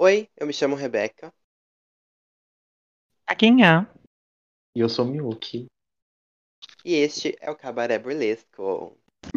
Oi, eu me chamo Rebeca. A quem é? E eu sou Miyuki. E este é o Cabaré Burlesco.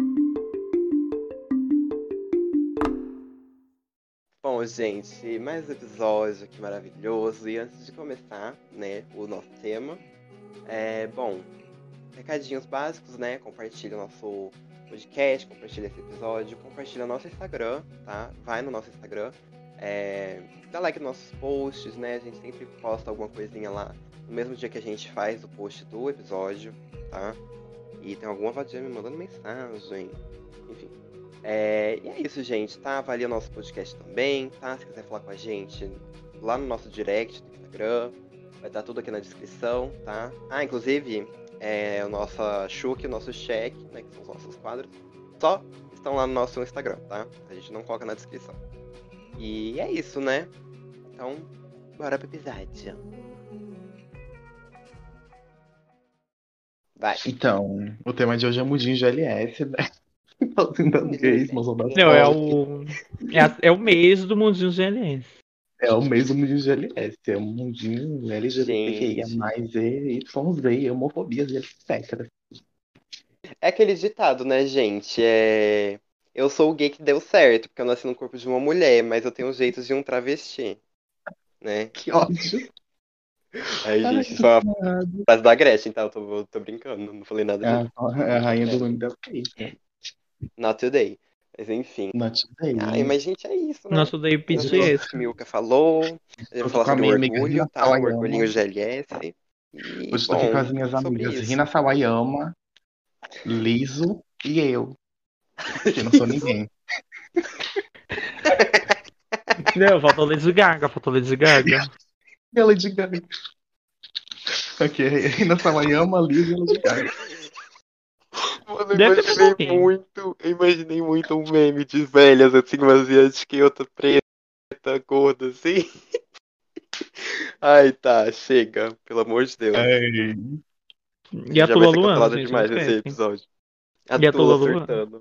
Bom, gente, mais um episódio aqui maravilhoso. E antes de começar, né, o nosso tema, bom, recadinhos básicos, né? Compartilha o nosso podcast, compartilha esse episódio, compartilha nosso Instagram, tá? Vai no nosso Instagram, dá like nos nossos posts, né? A gente sempre posta alguma coisinha lá no mesmo dia que a gente faz o post do episódio, tá? E tem alguma vadia me mandando mensagem. Enfim. E é isso, gente, tá? Avalia o nosso podcast também, tá? Se quiser falar com a gente lá no nosso direct do Instagram, vai estar tudo aqui na descrição, tá? Ah, inclusive, o nosso Shuk e o nosso check, né, que são os nossos quadros, só estão lá no nosso Instagram, tá? A gente não coloca na descrição. E é isso, né? Então, bora pro episódio. Vai. Então, o tema de hoje é mundinho de LS, né? Fazendo das gays, mas das Não, é pobres. é o mês do Mundinho GLS. É o mês do mundinho de LS. É o mundinho LGBTQIA+, Gente, YZ, homofobias e etc. é aquele ditado, né, gente? Eu sou o gay que deu certo, porque eu nasci no corpo de uma mulher, mas eu tenho os jeitos de um travesti, né? Que ódio. Aí, Ai, gente, isso é uma chocado. frase da Gretchen, tá? Eu tô brincando, não falei nada É disso. a rainha do mundo das gays, né? Not today. Mas enfim. Not Ai, today. mas, gente, é isso, né? Nosso Day Já Hoje eu falou tô, tudo que BTS. Milka falou. Já vai eu tô falar com a sobre o minha amiga orgulho, Rina tá? O orgulhinho Sawayama. GLS. E, Hoje eu tô aqui com bom, as minhas é sobre amigas isso. Rina Sawayama, Liso e eu, que não sou ninguém. Não, faltou Lady Gaga, faltou Lady Gaga. E a Lady Gaga. Aqui, Rina Sawayama, Liso e a Lady Gaga. Mano, eu Deve ter mais imaginei alguém. muito, eu imaginei muito um meme de velhas, assim, uma asiática e outra preta, gorda, assim. Ai, tá, chega, pelo amor de Deus. Ai, E a Já vai Tula ser Luana, cancelada gente, não demais esse esquece. episódio. A E a Tula Tula Luana. surtando.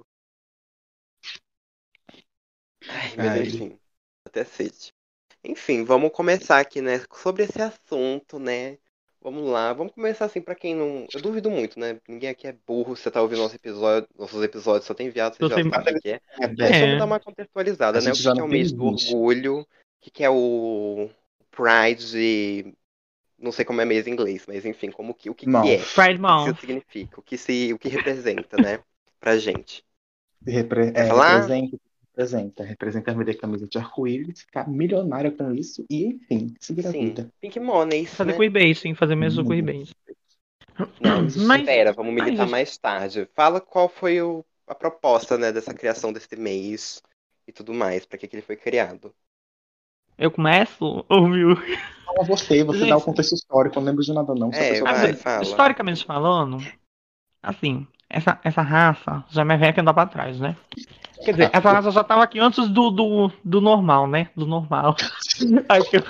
Ai, mas ai. enfim, até sede. Enfim, vamos começar aqui, né, sobre esse assunto, né? Vamos lá, vamos começar assim pra quem não. Eu duvido muito, né? Ninguém aqui é burro, você tá ouvindo nossos episódios, só tem viado, você já Você... sabe o que é. Mas vamos É, dar uma A contextualizada, né? O gente que já que é não o tem mês do limite. orgulho, o que que é o Pride de. Não sei como é mês em inglês, mas enfim, o que que é? Mouth. Pride O que que isso Month. significa? O que representa, né? Pra gente. Quer falar? Representa a minha camisa de arco-íris, ficar milionária com isso e, enfim, seguir a Sim, vida. Pink Monies, Fazer né? querbase, fazer mesmo do Hum, querbase. Não, Mas, espera, vamos ai, militar gente, mais tarde. Fala qual foi a proposta, né, dessa criação desse mês e tudo mais, pra que que ele foi criado. eu começo, ouviu? Fala você dá o Gente, contexto histórico, eu não lembro de nada não, se a pessoa Vai, quiser. fala. historicamente falando, assim, essa raça já me vem aqui andar pra trás, né? Quer dizer, essa raça já tava aqui antes do normal, né? Do normal. Aí que eu-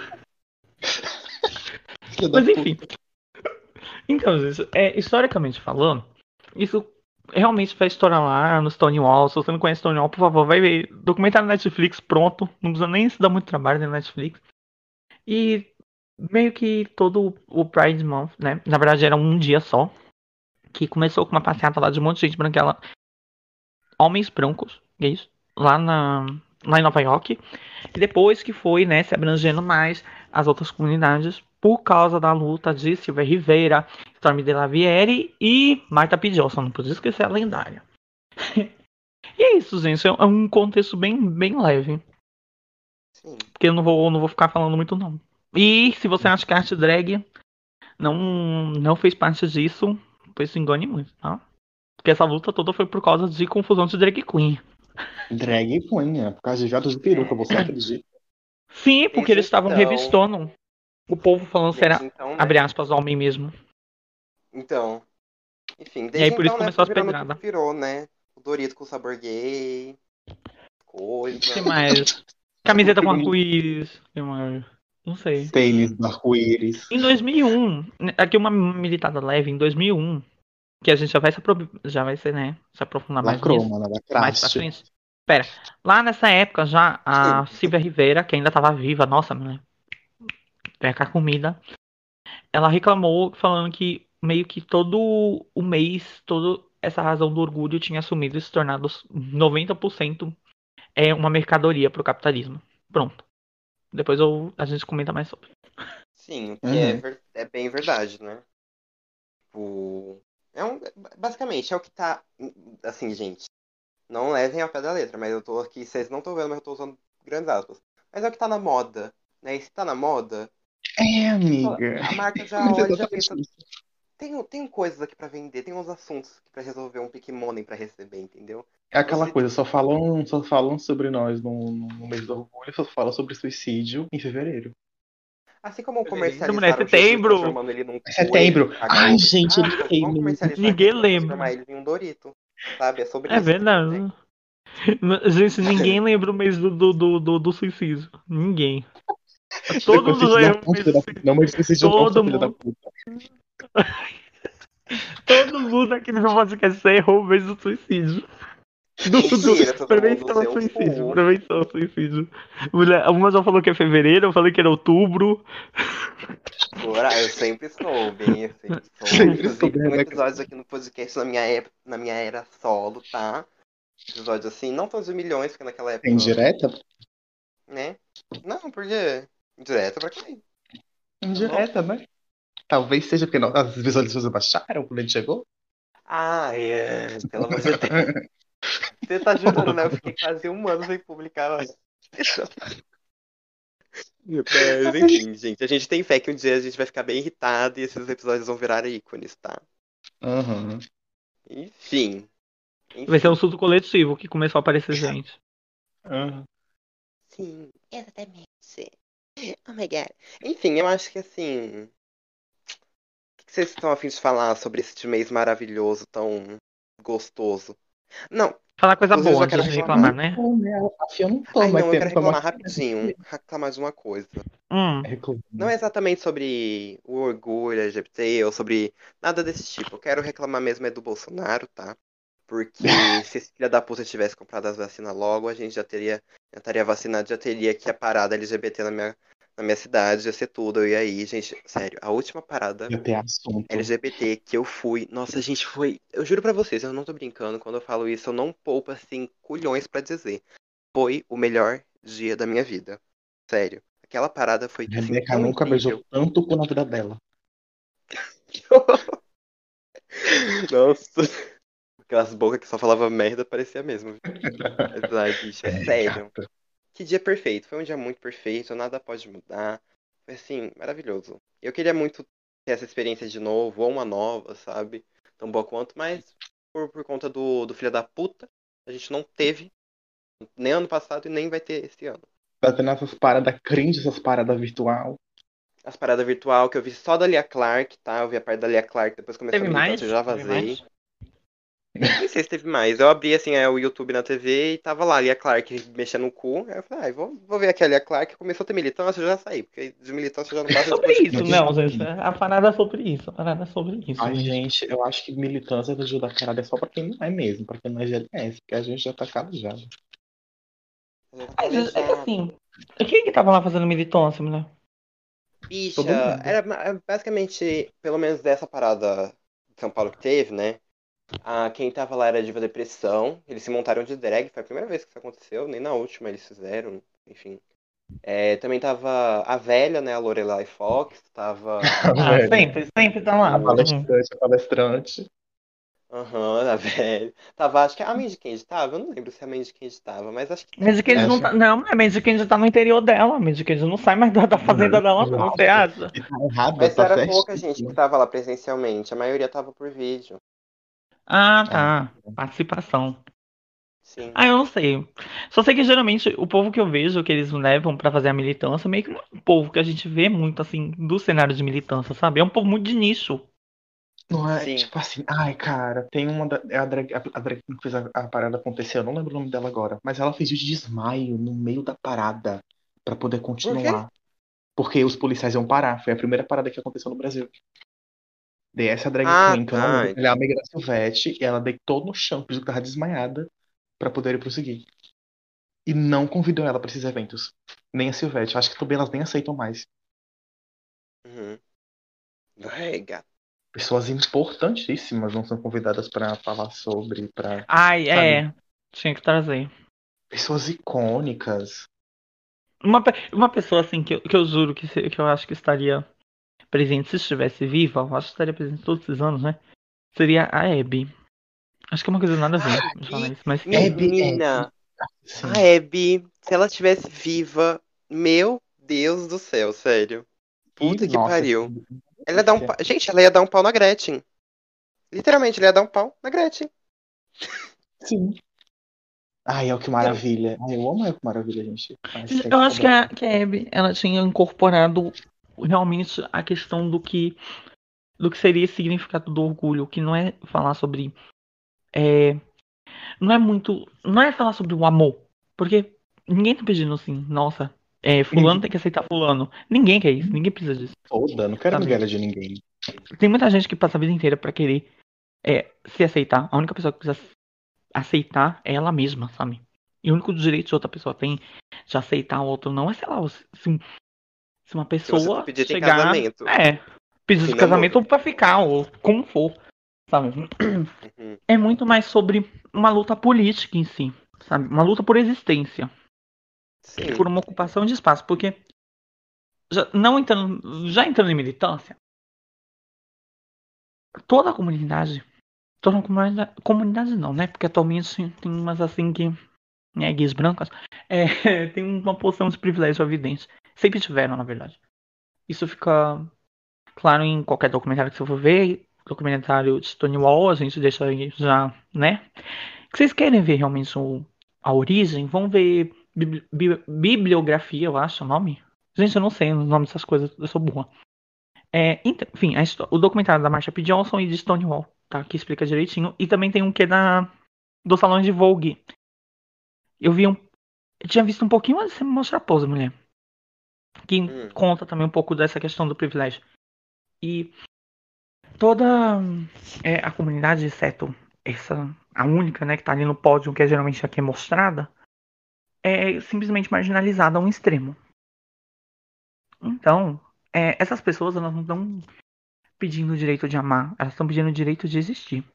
Filha da Mas enfim. puta. Então, gente, historicamente falando, isso realmente vai estourar lá no Stonewall. Se você não conhece Stonewall, por favor, vai ver. Documentário na Netflix, pronto. Não precisa nem se dar muito trabalho na Netflix. E meio que todo o Pride Month, né? Na verdade era um dia só. Que começou com uma passeata lá de um monte de gente branquela. Homens brancos, gays, lá em Nova York. E depois que foi, né, se abrangendo mais as outras comunidades por causa da luta de Silvia Rivera, Stormy Delaviere e Martha P. Johnson. Não podia esquecer a lendária. E é isso, gente. É um contexto bem leve. Sim. Porque eu não vou ficar falando muito, não. E se você acha que a arte drag não fez parte disso, pois se engane muito, tá? Porque essa luta toda foi por causa de confusão de drag queen. Drag queen, né? Por causa de jatos de peruca, você acredita? Sim, porque Desde eles estavam então, revistando o povo falando se desde era, então, né? abre aspas, homem mesmo. Então, enfim, E aí desde por isso então, né, começou foi as virando tudo que pedradas. virou, né? O Dorito com sabor gay, O que coisa. mais? Camiseta com arco-íris. Não sei. Tênis Sim. do arco-íris. Em 2001, aqui uma militada leve, em 2001, que a gente já vai ser, né, se aprofundar mais Lacrou, nisso, mano, mais pra lacraste. frente. Pera, lá nessa época já, a Silvia Rivera, que ainda tava viva, nossa, mulher, pega a comida, ela reclamou falando que meio que todo o mês, toda essa razão do orgulho tinha assumido e se tornado 90% é uma mercadoria pro capitalismo. Pronto. Depois a gente comenta mais sobre. Sim, o que Uhum. é bem verdade, né? O... basicamente, é o que tá. Assim, gente, não levem ao pé da letra, mas eu tô aqui, vocês não estão vendo, mas eu tô usando grandes aspas. Mas é o que tá na moda, né? E se tá na moda, É, amiga. a marca já Mas é olha e já pensa, exatamente isso. tem coisas aqui pra vender, tem uns assuntos aqui pra resolver, um pick money pra receber, entendeu? É aquela Você, coisa, tipo, só falam sobre nós no mês do orgulho, só falam sobre suicídio em fevereiro. assim como Fevereiro, mulher, comercializaram Jesus setembro! transformando ele num É cooler setembro. que caga Ai, ovo de gente, eu rato, fiquei vão muito. comercializar Ninguém Jesus e transformar lembra. ele em um Dorito, sabe? É sobre É isso que é. verdade. Gente, ninguém lembra o mês do suicídio. Ninguém. Todo Depois mundo suicídio lembra o não, mês filho do da puta. suicídio. Não, mas suicídio não, Todo sou filho da mundo. puta. Todo mundo aqui no meu podcast errou o mês do suicídio. Mentira, todo mundo Prevenção ao seu suicídio, cu. prevenção ao suicídio. Mulher, uma já falou que é fevereiro, eu falei que era outubro. Eu sempre soube, hein? Eu sempre soube. Sempre Inclusive, soube, tem Rebeca. episódios aqui no podcast na minha era solo, tá? Episódio assim, não todos os milhões, porque naquela Tem época, direta? né? Não, porque. Direto pra quem? Tá bom? Indireta, né? Talvez seja porque as visualizações baixaram quando ele chegou. Ah, pelo amor de Deus. Você tá jurando, né? Eu fiquei quase um ano sem publicar. Mas enfim, gente, a gente tem fé que um dia a gente vai ficar bem irritado e esses episódios vão virar ícones, tá? Aham. Enfim, Vai ser um enfim. surto coletivo que começou a aparecer gente. Aham. Sim, exatamente. Oh my god. Enfim, eu acho que assim. O que vocês estão a fim de falar sobre este mês maravilhoso, tão gostoso? Não, Falar coisa inclusive eu boa já quero antes de reclamar. reclamar, Não né? tô, né? Assim, eu não tô, Ai, mas não, eu tem quero reclamar reclamar que rapidinho. Reclamar de uma coisa. Não reclamar. é exatamente sobre o orgulho LGBT ou sobre nada desse tipo. Eu quero reclamar mesmo é do Bolsonaro, tá? Porque se esse filho da puta tivesse comprado as vacinas logo, a gente já estaria vacinado, já teria aqui a parada LGBT na minha cidade, ia ser tudo. E aí, gente, sério, a última parada Já ter assunto. LGBT que eu fui, nossa, gente, foi. Eu juro pra vocês, eu não tô brincando, quando eu falo isso, eu não poupo assim, culhões pra dizer. Foi o melhor dia da minha vida. Sério. Aquela parada foi assim Rebeca tão nunca beijou incrível. tanto cu na vida dela. Nossa, aquelas bocas que só falava merda parecia mesmo. Mas, ai, bicho, é É, sério. gata. Que dia perfeito. Foi um dia muito perfeito, nada pode mudar. Foi assim, maravilhoso. Eu queria muito ter essa experiência de novo, ou uma nova, sabe? Tão boa quanto, mas por conta do filho da puta, a gente não teve nem ano passado e nem vai ter esse ano. Tá tendo essas paradas cringe, essas paradas virtual. As paradas virtual que eu vi só da Lia Clark, tá? Eu vi a parte da Lia Clark, depois começou a Teve militância, eu mais? já Teve vazei. mais? Nem sei se teve mais. Eu abri assim o YouTube na TV e tava lá a Lia Clark mexendo no cu. Aí eu falei, vou ver aqui a Lia Clark. Começou a ter militância, eu já saí, porque de militância eu já não É passa de sobre podcast. isso, não, gente. A parada é sobre isso. A parada é sobre isso Ai, mesmo. gente, eu acho que militância do Gil da Caralho é só pra quem não é mesmo, pra quem não é GLS, porque a gente já tá calejado. Eu tô Mas é calejado. assim. Quem que tava lá fazendo militância, mulher? Todo Bicha, mundo. basicamente, pelo menos dessa parada de São Paulo que teve, né? Quem tava lá era a Diva Depressão. Eles se montaram de drag, foi a primeira vez que isso aconteceu, nem na última eles fizeram, enfim. Também tava a velha, né? A Lorelai Fox, tava Ah, Velho. sempre tá lá. A o. palestrante, a palestrante. Aham, a velha. Tava, acho que a Mandy Candy tava, eu não lembro se a Mandy Candy tava, mas acho que Magic Candy não Acho tá. Não, a Magic Candy tá no interior dela. A Magic Candy não sai mais da fazenda dela, não, você nossa, acha? e tá errada, mas tá era pouca gente que certíssima. tava lá presencialmente, a maioria tava por vídeo. Ah, Ah, tá. Participação. Sim. Ah, eu não sei. Só sei que geralmente o povo que eu vejo que eles levam pra fazer a militância, meio que não é um povo que a gente vê muito assim do cenário de militância, sabe? É um povo muito de nicho. não é, Sim. tipo assim, ai, cara, tem uma é a drag que fez a parada acontecer, eu não lembro o nome dela agora, mas ela fez vídeo de desmaio no meio da parada pra poder Por quê? continuar, porque os policiais iam parar, foi a primeira parada que aconteceu no Brasil. Daí essa drag Ah, queen, que eu não tá. lembro, ela é amiga da Silvete, e ela deitou no chão, pediu que tava desmaiada pra poder prosseguir. e não convidam ela pra esses eventos. Nem a Silvete. Acho que também elas nem aceitam mais. Uhum. Vai, gato. Pessoas importantíssimas não são convidadas pra falar sobre, pra, Ai, sabe? tinha que trazer. Pessoas icônicas. Uma pessoa assim que eu juro que eu acho que estaria presente se estivesse viva, eu acho que estaria presente todos esses anos, né? Seria a Abby. Acho que é uma coisa nada a ver de falar Abby, isso, mas sim. menina, a Sim. Abby, se ela tivesse viva, meu Deus do céu, sério. E, Puta que nossa, pariu. Ela ia dar Gente, ela ia dar um pau na Gretchen. Literalmente, ela ia dar um pau na Gretchen. sim. Ai, é o que Não, maravilha. Ai, eu amo é o que maravilha, gente. Ai, Eu segue acho que falando. que a Abby, ela tinha incorporado realmente a questão do que seria esse significado do orgulho, que não é falar sobre é, não é falar sobre o amor, porque ninguém tá pedindo assim, nossa, fulano Ninguém tem que aceitar fulano. Ninguém quer isso, ninguém precisa disso, foda, não quero sabe? migalha de ninguém. Tem muita gente que passa a vida inteira pra querer se aceitar. A única pessoa que precisa aceitar é ela mesma, sabe? E o único direito que outra pessoa tem de aceitar o outro não é, sei lá, se uma se você for pessoa pedir em chegar, casamento, pedir em de casamento namoro. ou pra ficar, ou como for, sabe? Uhum. É muito mais sobre uma luta política em si, sabe? Uma luta por existência, Sim, por uma ocupação de espaço, porque já entrando em militância, toda a comunidade, comunidade não, né? Porque atualmente tem umas assim que, né, gays brancas, tem uma posição de privilégio evidente. Sempre tiveram, na verdade. Isso fica claro em qualquer documentário que você for ver, documentário de Stonewall, a gente deixa aí já, né? Se vocês querem ver realmente a origem, vão ver bibliografia, eu acho o nome. Gente, eu não sei o nome dessas coisas, eu sou burra. Enfim, o documentário da Marsha P. Johnson e de Stonewall, tá? Que explica direitinho. E também tem um que é do Salão de Vogue. Eu vi um. Eu tinha visto um pouquinho antes de você me mostrar a pose, mulher. Que hum, conta também um pouco dessa questão do privilégio. E toda a comunidade, exceto a única, né, que tá ali no pódio, que é geralmente a que é mostrada, é simplesmente marginalizada a um extremo. Então, essas pessoas elas não estão pedindo o direito de amar, elas estão pedindo o direito de existir.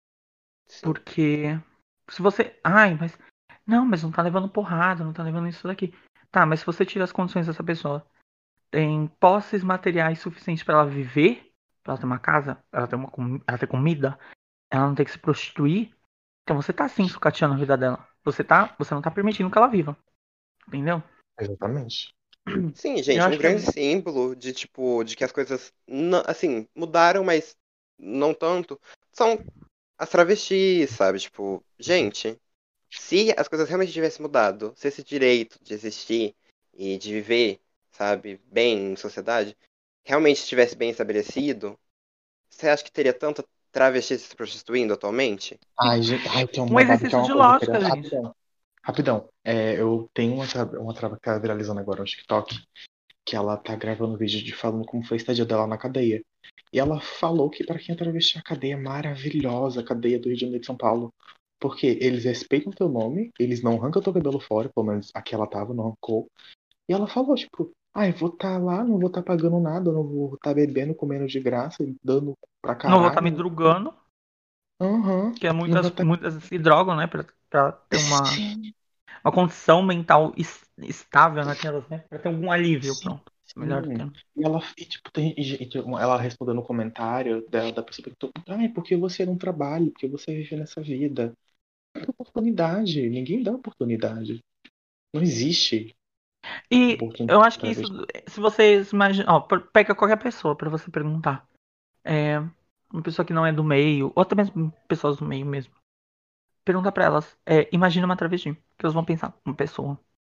sim. Porque se você. Ai, mas. Não, mas não tá levando porrada, não tá levando isso daqui. Tá, mas se você tira as condições dessa pessoa, tem posses materiais suficientes para ela viver, pra ela ter uma casa, ela ter comida, ela não ter que se prostituir, então você tá sim sucateando a vida dela. Você não tá permitindo que ela viva. Entendeu? Exatamente. Sim, Eu gente, um acho que grande símbolo de tipo, de que as coisas, assim, mudaram, mas não tanto, são as travestis, sabe? Tipo, gente, se as coisas realmente tivessem mudado, se esse direito de existir e de viver, sabe, bem em sociedade, realmente estivesse bem estabelecido, você acha que teria tanta travesti se prostituindo atualmente? Ai, gente, ai, tem um um babado que é exercício uma de coisa que eu queria. lógica, gente. Rapidão. Rapidão. Eu tenho uma trava que tá viralizando agora no TikTok, que ela tá gravando vídeo de falando como foi a estadia dela na cadeia. E ela falou que pra quem é travesti a cadeia é maravilhosa, a cadeia do Rio de Janeiro de São Paulo. Porque eles respeitam teu nome, eles não arrancam teu cabelo fora, pelo menos aqui ela tava, não arrancou. E ela falou, tipo, eu vou estar lá, não vou estar pagando nada, não vou estar bebendo, comendo de graça, e dando pra Não vou estar me caralho. drogando, Aham. que Não vou estar. muitas se drogam, né? Pra ter Sim, uma condição mental estável naquelas, né? Pra ter algum alívio, sim, pronto. Melhor do que. sim. Tipo, tem gente, ela respondeu no comentário dela, da pessoa perguntou, por que você não trabalha? Por que você vive nessa vida? Dá oportunidade, ninguém dá oportunidade. Não existe E eu oportunidade acho que para isso, ver. se vocês imaginam, ó, pega qualquer pessoa pra você perguntar. É, uma pessoa que não é do meio, ou até mesmo pessoas do meio mesmo. Pergunta pra elas, imagina uma travesti, que elas vão pensar, uma pessoa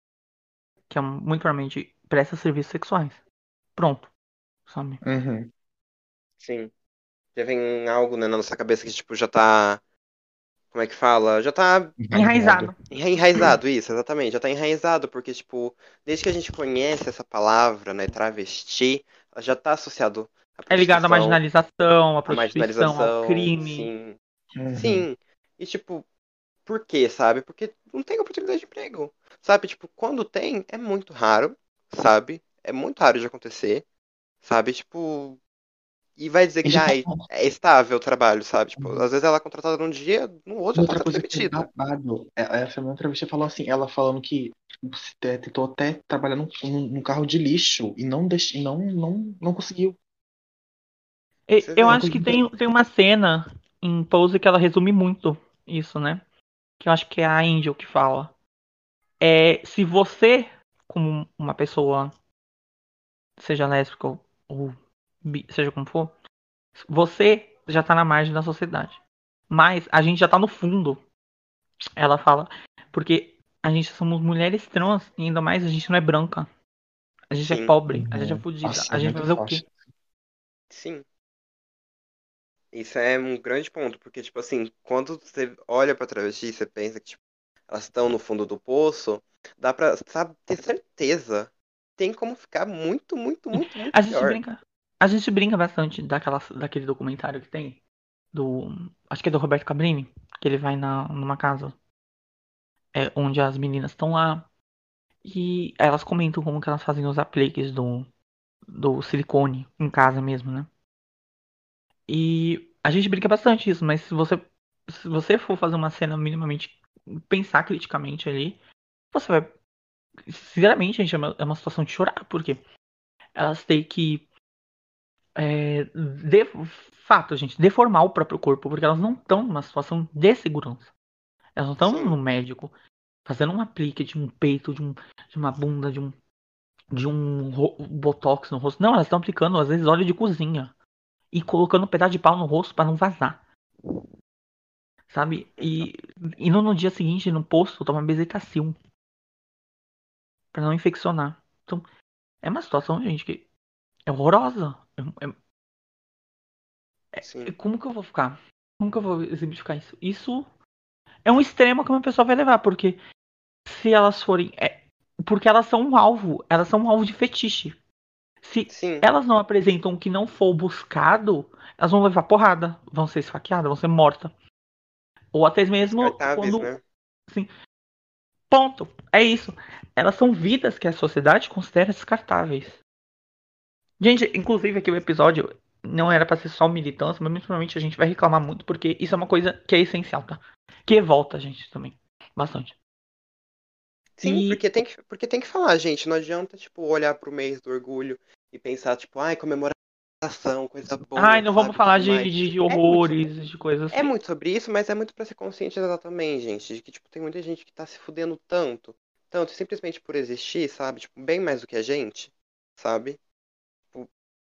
que muito provavelmente presta serviços sexuais. Pronto, sabe? Uhum. Sim. Já vem algo, né, na nossa cabeça que, tipo, já tá. Como é que fala? Já tá Enraizado. Enraizado. enraizado, isso, exatamente. Já tá enraizado, porque, tipo, desde que a gente conhece essa palavra, né, travesti, ela já tá associado à É ligado à prostituição, marginalização, à à prostituição, ao marginalização, crime. sim. Uhum. Sim. E, tipo, por quê, sabe? Porque não tem oportunidade de emprego. sabe? Tipo, quando tem, é muito raro, sabe? É muito raro de acontecer, sabe? Tipo, e vai dizer E que, já ai, é estável o trabalho, sabe? Tipo, às vezes ela é contratada num dia, no outro ela outra tá coisa que é demitida. babado, essa minha entrevista falou assim, ela falando que tentou até trabalhar num carro de lixo e não conseguiu. Você Eu vê. Não acho que conseguiu. tem uma cena em Pose que ela resume muito isso, né? Que eu acho que é a Angel que fala. Se você, como uma pessoa, seja lésbica ou seja como for, você já tá na margem da sociedade. Mas a gente já tá no fundo, ela fala. Porque a gente somos mulheres trans e ainda mais a gente não é branca. A gente é Sim, pobre, a gente é Uhum. fodida. Nossa, A é gente vai muito fazer o quê? forte. sim. Isso é um grande ponto, porque, tipo assim, quando você olha pra travesti, você pensa que, tipo, elas estão no fundo do poço, dá pra, sabe, ter certeza. Tem como ficar muito, muito, muito, muito A gente pior. brinca. A gente brinca bastante daquele documentário que tem. Do. Acho que é do Roberto Cabrini. Que ele vai numa casa onde as meninas estão lá. E elas comentam como que elas fazem os apliques do silicone em casa mesmo, né? E a gente brinca bastante isso, mas se você for fazer uma cena minimamente pensar criticamente ali, você vai. Sinceramente, gente, é uma situação de chorar, porque elas têm que. De fato, gente, deformar o próprio corpo, porque elas não estão numa situação de segurança. Elas não estão Sim, no médico fazendo um aplique de um peito, de uma bunda, de um botox no rosto. Não, elas estão aplicando, às vezes, óleo de cozinha e colocando um pedaço de pau no rosto para não vazar, sabe? então, E no dia seguinte, no posto, toma bezetacil para não infeccionar. Então, é uma situação, gente, que é horrorosa. sim, Como que eu vou ficar? Como que eu vou exemplificar isso? Isso é um extremo que uma pessoa vai levar, porque se elas forem. Porque elas são um alvo de fetiche. Se sim, elas não apresentam o que não for buscado, elas vão levar porrada, vão ser esfaqueadas, vão ser mortas. Ou até mesmo descartáveis, quando. né? Assim, ponto. É isso. Elas são vidas que a sociedade considera descartáveis. Gente, inclusive aqui o episódio não era pra ser só militância, mas principalmente a gente vai reclamar muito porque isso é uma coisa que é essencial, tá? Que revolta a gente também. Bastante. Sim, E. porque tem que falar, gente. Não adianta, tipo, olhar pro mês do orgulho e pensar, tipo, ai, comemoração, coisa Ai, boa, não vamos sabe? Tudo falar mais. de É muito, horrores, de coisas é assim. muito sobre isso, mas é muito pra ser conscientizar também, gente. De que, tipo, tem muita gente que tá se fudendo tanto. Tanto, simplesmente por existir, sabe? Tipo, bem mais do que a gente, sabe? Tipo,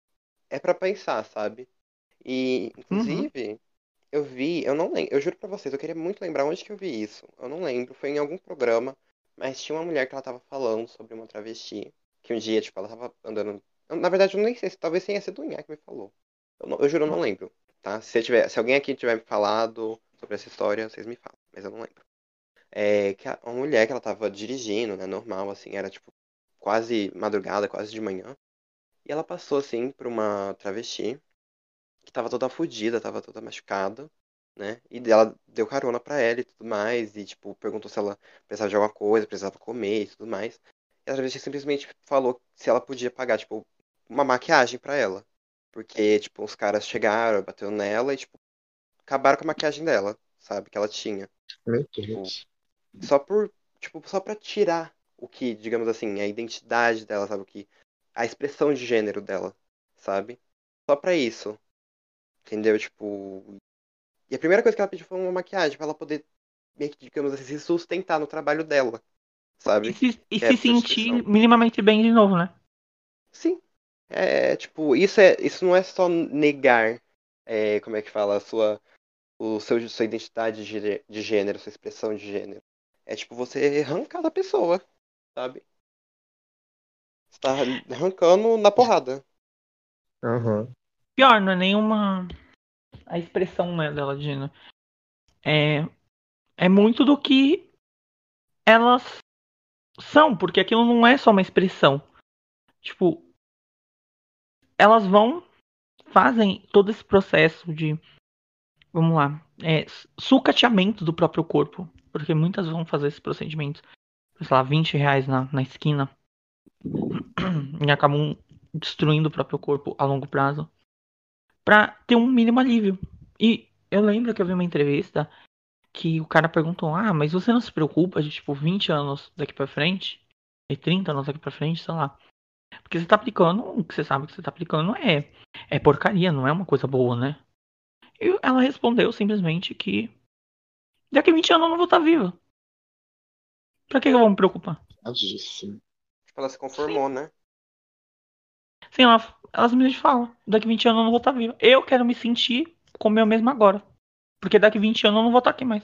é pra pensar, sabe? E, Uhum. inclusive, eu não lembro, eu juro pra vocês, eu queria muito lembrar onde que eu vi isso. Eu não lembro, foi em algum programa, mas tinha uma mulher que ela tava falando sobre uma travesti, que um dia, tipo, ela tava andando. Na verdade, eu nem sei se talvez tenha sido o Inha que me falou. Eu juro, eu não lembro, tá? Se alguém aqui tiver me falado sobre essa história, vocês me falam, mas eu não lembro. É que uma mulher que ela tava dirigindo, né, normal, assim, era tipo quase madrugada, quase de manhã, e ela passou, assim, por uma travesti que tava toda fodida, tava toda machucada, né? E ela deu carona pra ela e tudo mais, e tipo, perguntou se ela precisava de alguma coisa, precisava comer e tudo mais. E a travesti simplesmente falou se ela podia pagar, tipo, uma maquiagem pra ela. Porque, tipo, os caras chegaram, bateu nela e, tipo, acabaram com a maquiagem dela, sabe? Que ela tinha. Meu Tipo, Deus. só por, tipo, só pra tirar o que, digamos assim, a identidade dela, sabe? O que, a expressão de gênero dela, sabe? Só pra isso. Entendeu? Tipo, e a primeira coisa que ela pediu foi uma maquiagem pra ela poder, meio que, digamos assim, se sustentar no trabalho dela, E sabe? se, e Que é a se prostituição. sentir minimamente bem de novo, né? Sim. Tipo, isso não é só negar, como é que fala, sua identidade de gênero, sua expressão de gênero. É tipo você arrancar da pessoa, sabe? Você tá arrancando na porrada. Aham. Pior, não é nenhuma a expressão, né, dela de gênero. É, é muito do que elas são, porque aquilo não é só uma expressão. Tipo, elas fazem todo esse processo de, vamos lá, sucateamento do próprio corpo. Porque muitas vão fazer esse procedimento sei lá, R$ 20 na esquina e acabam destruindo o próprio corpo a longo prazo pra ter um mínimo alívio. E eu lembro que eu vi uma entrevista que o cara perguntou: Ah, mas você não se preocupa de tipo 20 anos daqui pra frente? E 30 anos daqui pra frente, sei lá. Porque você tá aplicando, o que você sabe que você tá aplicando é porcaria, não é uma coisa boa, né? E ela respondeu simplesmente que daqui a 20 anos eu não vou estar viva. Pra que eu vou me preocupar? Tadíssimo. Ela se Sim, conformou, né? sim, ela simplesmente fala: daqui a 20 anos eu não vou estar viva. Eu quero me sentir como eu mesmo agora. Porque daqui a 20 anos eu não vou estar aqui mais.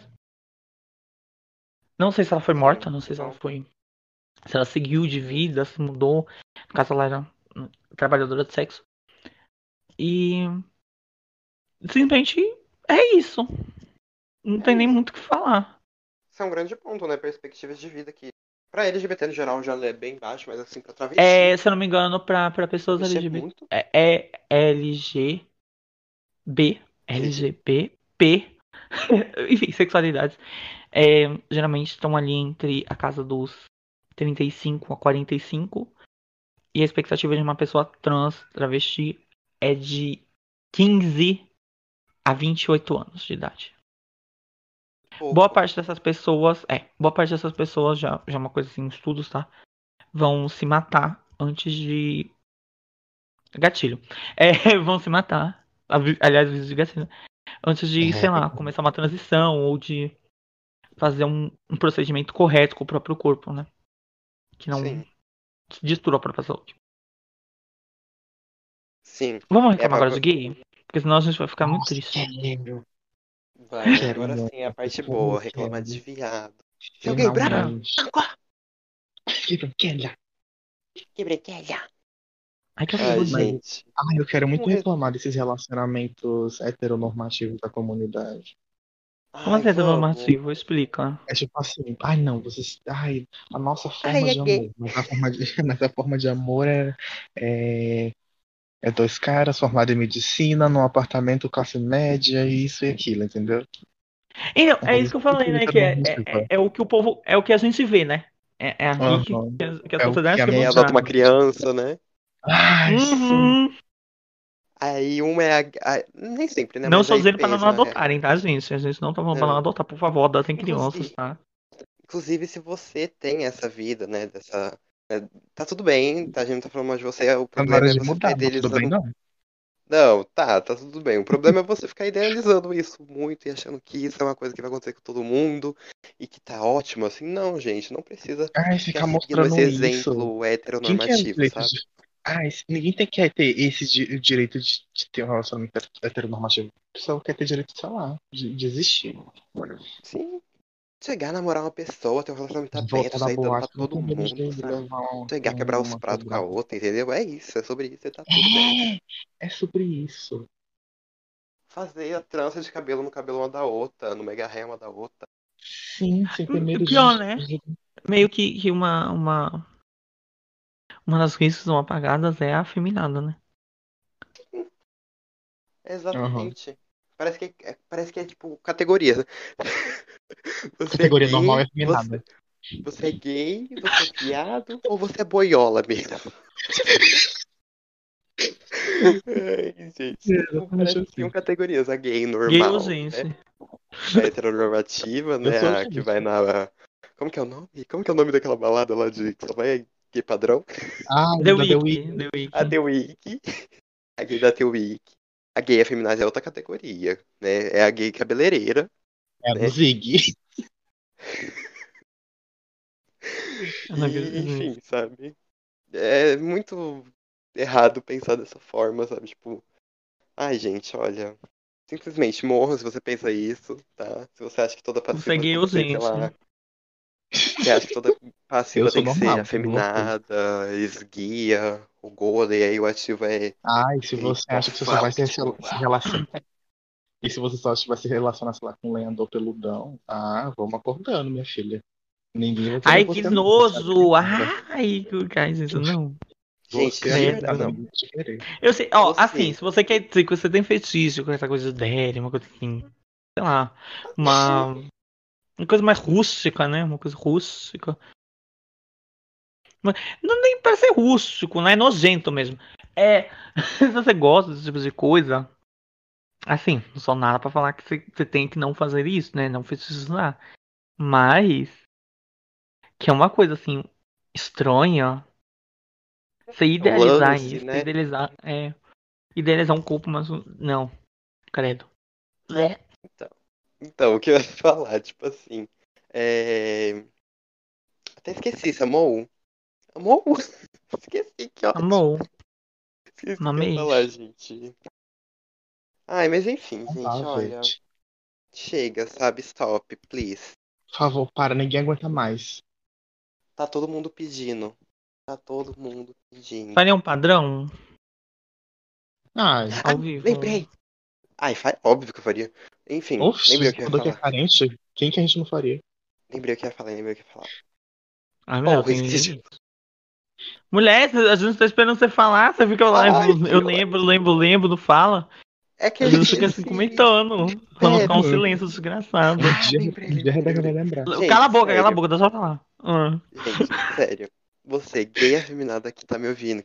Não sei se ela foi Sim, morta, não sei se ela exato. foi. Se ela seguiu de vida, se mudou. No caso, ela era trabalhadora de sexo. E simplesmente é isso. Não É tem nem isso. muito o que falar. Isso é um grande ponto, né? Perspectivas de vida que, pra LGBT no geral, já é bem baixo, mas assim, pra travesti, Se eu não me engano, pra pessoas travesti é LGBT. muito. É LGB. LG. LGBP. Enfim, sexualidades. Geralmente estão ali entre a casa dos 35 a 45. E a expectativa de uma pessoa trans, travesti, é de 15 a 28 anos de idade. Pouco. Boa parte dessas pessoas, já é uma coisa assim, estudos, tá? Vão se matar antes de. Gatilho. Vão se matar. Aliás, vídeos de gatilho. Antes de, sei lá, começar uma transição ou de fazer um procedimento correto com o próprio corpo, né? Que não Sim. destrua a própria saúde. Sim. Vamos É, reclamar agora de gay? Porque senão a gente vai ficar muito Nossa, triste. quero. vai. Quero Agora sim é a muito. parte Como boa, eu reclamar de quero. viado. Seu gay brabo! Finalmente. Que branquela. Que brequelha! Ai, que Ai, absurdo. Mas, gente. eu quero muito Vamos re- reclamar desses relacionamentos heteronormativos da comunidade. Como Ai, assim, vamos. heteronormativo? Explica. É tipo assim, ai não, vocês. Ai, a nossa Ai, forma é de gay. amor. Mas a forma de, mas a forma de amor é, é dois caras formados em medicina, num apartamento classe média, e isso e aquilo, entendeu? Então, Uma é coisa isso que eu super falei, né? Que heteronormativa. é o que o povo. É o que a gente vê, né? É aqui Aham. que a É o que sociedade a quer Quem nossa. adota mostrar. uma criança, né? Ai, sim. Uhum. Aí uma é nem sempre, né? Não Mas estou aí dizendo para não pensa. adotarem, tá, gente? A gente não tá falando para não Não. adotar, por favor, adotem crianças, Inclusive, tá? inclusive, se você tem essa vida, né? Dessa. Tá tudo bem, tá? A gente não tá falando mal de você. O Tá na hora problema é de você ficar mudar, não tudo bem idealizando. não. Não, tá tudo bem. O problema é você ficar idealizando isso muito e achando que isso é uma coisa que vai acontecer com todo mundo e que tá ótimo, assim. Não, gente, não precisa Ai, ficar ficar seguindo esse mostrando isso. exemplo Quem quer o heteronormativo, direito sabe? de. Ai, ninguém tem que ter esse direito de ter um relacionamento heteronormativo. O pessoal quer ter direito, sei lá, de existir. Sim, chegar a namorar uma pessoa, ter um relacionamento De aberto, voltar da sair dando pra boate, não todo tem medo mundo, de sabe? levar Chegar a quebrar os uma coisa pratos com a branca. outra, entendeu? É isso, é sobre isso e tá tudo bem. É sobre isso. Fazer a trança de cabelo no cabelo uma da outra, no mega hair uma da outra. Sim, sem ter medo Pior, né? de. Meio que uma das coisas que são apagadas é a afeminada, né? Aham. Exatamente. Parece que é tipo categoria, né? Você é Categoria normal é gay, feminada. você é gay, você é viado ou você é boiola mesmo? Ai, gente, É tipo, exatamente parece que tinham assim. categorias. A gay Gay normal, né? urgência. A heteronormativa, Eu né? sou A que vai gente. na. Como que é o nome? Como que é o nome daquela balada lá de que só vai gay padrão? Ah, The da The Week, Week. The Week. A The Week. A gay da The Week. A gay afeminada é outra categoria, né? É a gay cabeleireira, É a do né? Zig. Eu não E, acredito enfim, nisso. sabe? É muito errado pensar dessa forma, sabe? Tipo, ai, gente, olha. Simplesmente morra se você pensa isso, tá? Se você acha que toda Você é passiva gay tem que ser, sei urgência. lá. Você acha que toda Eu passiva sou tem que ser normal, como você. afeminada, esguia, o golden, aí o ativo é Ah, e se gay você acha que você só vai forte. se relacionar. E se você só vai se relacionar, sei lá, com um lenhador peludão, vamos acordando, minha filha. Ninguém vai querer Ai, que você não. Você é nojo! afeminada. Ai, que cai isso, não. Gente, Você é Credo. afeminada, não. ninguém vai te querer. Eu sei, ó, assim, Você. se você quer dizer que você tem fetiche com essa coisa de dele, uma coisa assim, sei lá, Sim. uma coisa mais rústica, né? Uma coisa rústica. Não nem pra ser rústico, né? É nojento mesmo. É. Se você gosta desse tipo de coisa. Assim, não sou nada pra falar que você tem que não fazer isso, né? Não fetichizar. Mas. Que é uma coisa assim. Estranha. Você É o idealizar lance, isso. né? Idealizar. Idealizar um corpo, mas. Não. Credo. É. Então, o que eu ia falar, tipo assim. É... Até esqueci, Samou? Amou? Esqueci, que ótimo. Amor. Esqueci o que eu ia Mamei. falar, gente. Ai, mas enfim, Ah, gente, olha. gente. Chega, sabe? Stop, please. Por favor, para, ninguém aguenta mais. Tá todo mundo pedindo. Tá todo mundo pedindo. Faria um padrão Ai, ao Ah, vivo. lembrei! Ai, óbvio que eu faria. Enfim, lembrei oxe, o que eu ia quando que é falar. carente, quem que a gente não faria? Lembrei o que eu ia falar, lembrei o que eu ia falar. Ai, meu Deus, Porra, tem esqueci. limite. Mulher, a gente tá esperando você falar, você fica lá, Ai, que eu ódio. lembro, não fala. É que A eu gente fica assim esqueci. comentando, pra não ficar um Sério. silêncio desgraçado. Um Ah, dia, lembrei, um dia a lembrei, Rebeca vai lembrei. lembrar. Gente, Cala a sério. boca, deixa eu falar. Gente, sério. Você, gay afeminada que tá me ouvindo,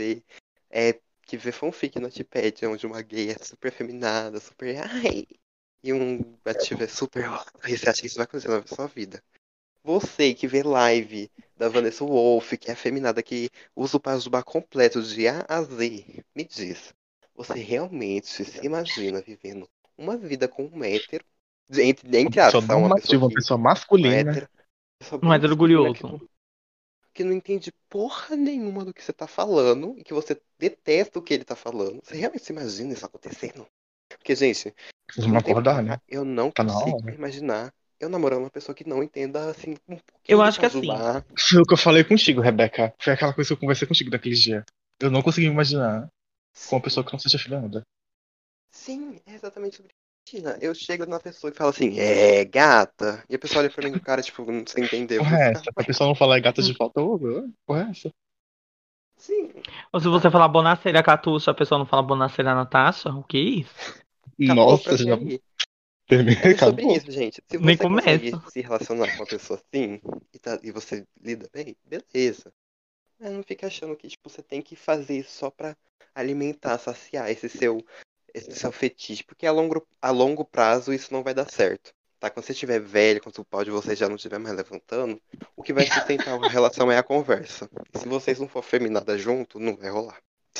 que vê fanfic no Wattpad, onde uma gay é super afeminada, super. Ai! E um ativo é super. E você acha que isso vai acontecer na sua vida? Você que vê live da Vanessa Wolff, que é afeminada, que usa o Pajubá completo de A a Z, me diz, você realmente se imagina vivendo uma vida com um hétero, Uma entre pessoa aspas, tá? Uma pessoa normativa, uma que, pessoa uma masculina. hétero, pessoa Não bem é masculina orgulhoso. que não entende porra nenhuma do que você tá falando e que você detesta o que ele tá falando. Você realmente se imagina isso acontecendo? Porque, gente, de um Vamos tempo pra acordar, né? cá, eu não Tá na consigo hora. imaginar eu namorando uma pessoa que não entenda, assim, um Eu pouquinho de acho que assim, Pajubá. Foi o que eu falei contigo, Rebeca. Foi aquela coisa que eu conversei contigo daquele dia. Eu não consegui imaginar com uma pessoa Sim, que não seja afeminada. sim, é exatamente sobre Tina. Eu chego na pessoa e falo assim, é gata. E a pessoa olha pra mim com cara, tipo, não sei entender. Eu vou Porra é essa? ficar, Se a ué, pessoa não falar é gata de volta, porra é essa? sim, ou se você sabe? falar Bonaceira Catuça, a pessoa não fala Bonaceira Natasha, o que é isso? Acabou pra Nossa, mim já aí. terminei, Mas é sobre acabou. isso, gente. Se Nem você consegue começa. se relacionar com uma pessoa assim e você lida bem, beleza. Mas não fica achando que tipo, você tem que fazer isso só pra alimentar, saciar esse seu fetiche. Porque a longo prazo isso não vai dar certo. Tá? Quando você estiver velho, quando o pau de vocês já não estiver mais levantando, o que vai sustentar a relação é a conversa. E se vocês não for feminada junto, não vai rolar.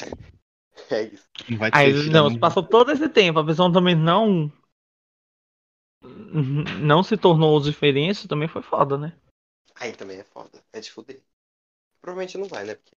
É isso. Não vai Aí, ter filha, não, não. se passou todo esse tempo, a pessoa também não se tornou diferente, também foi foda, né? Aí também é foda. É de fuder. Provavelmente não vai, né? Porque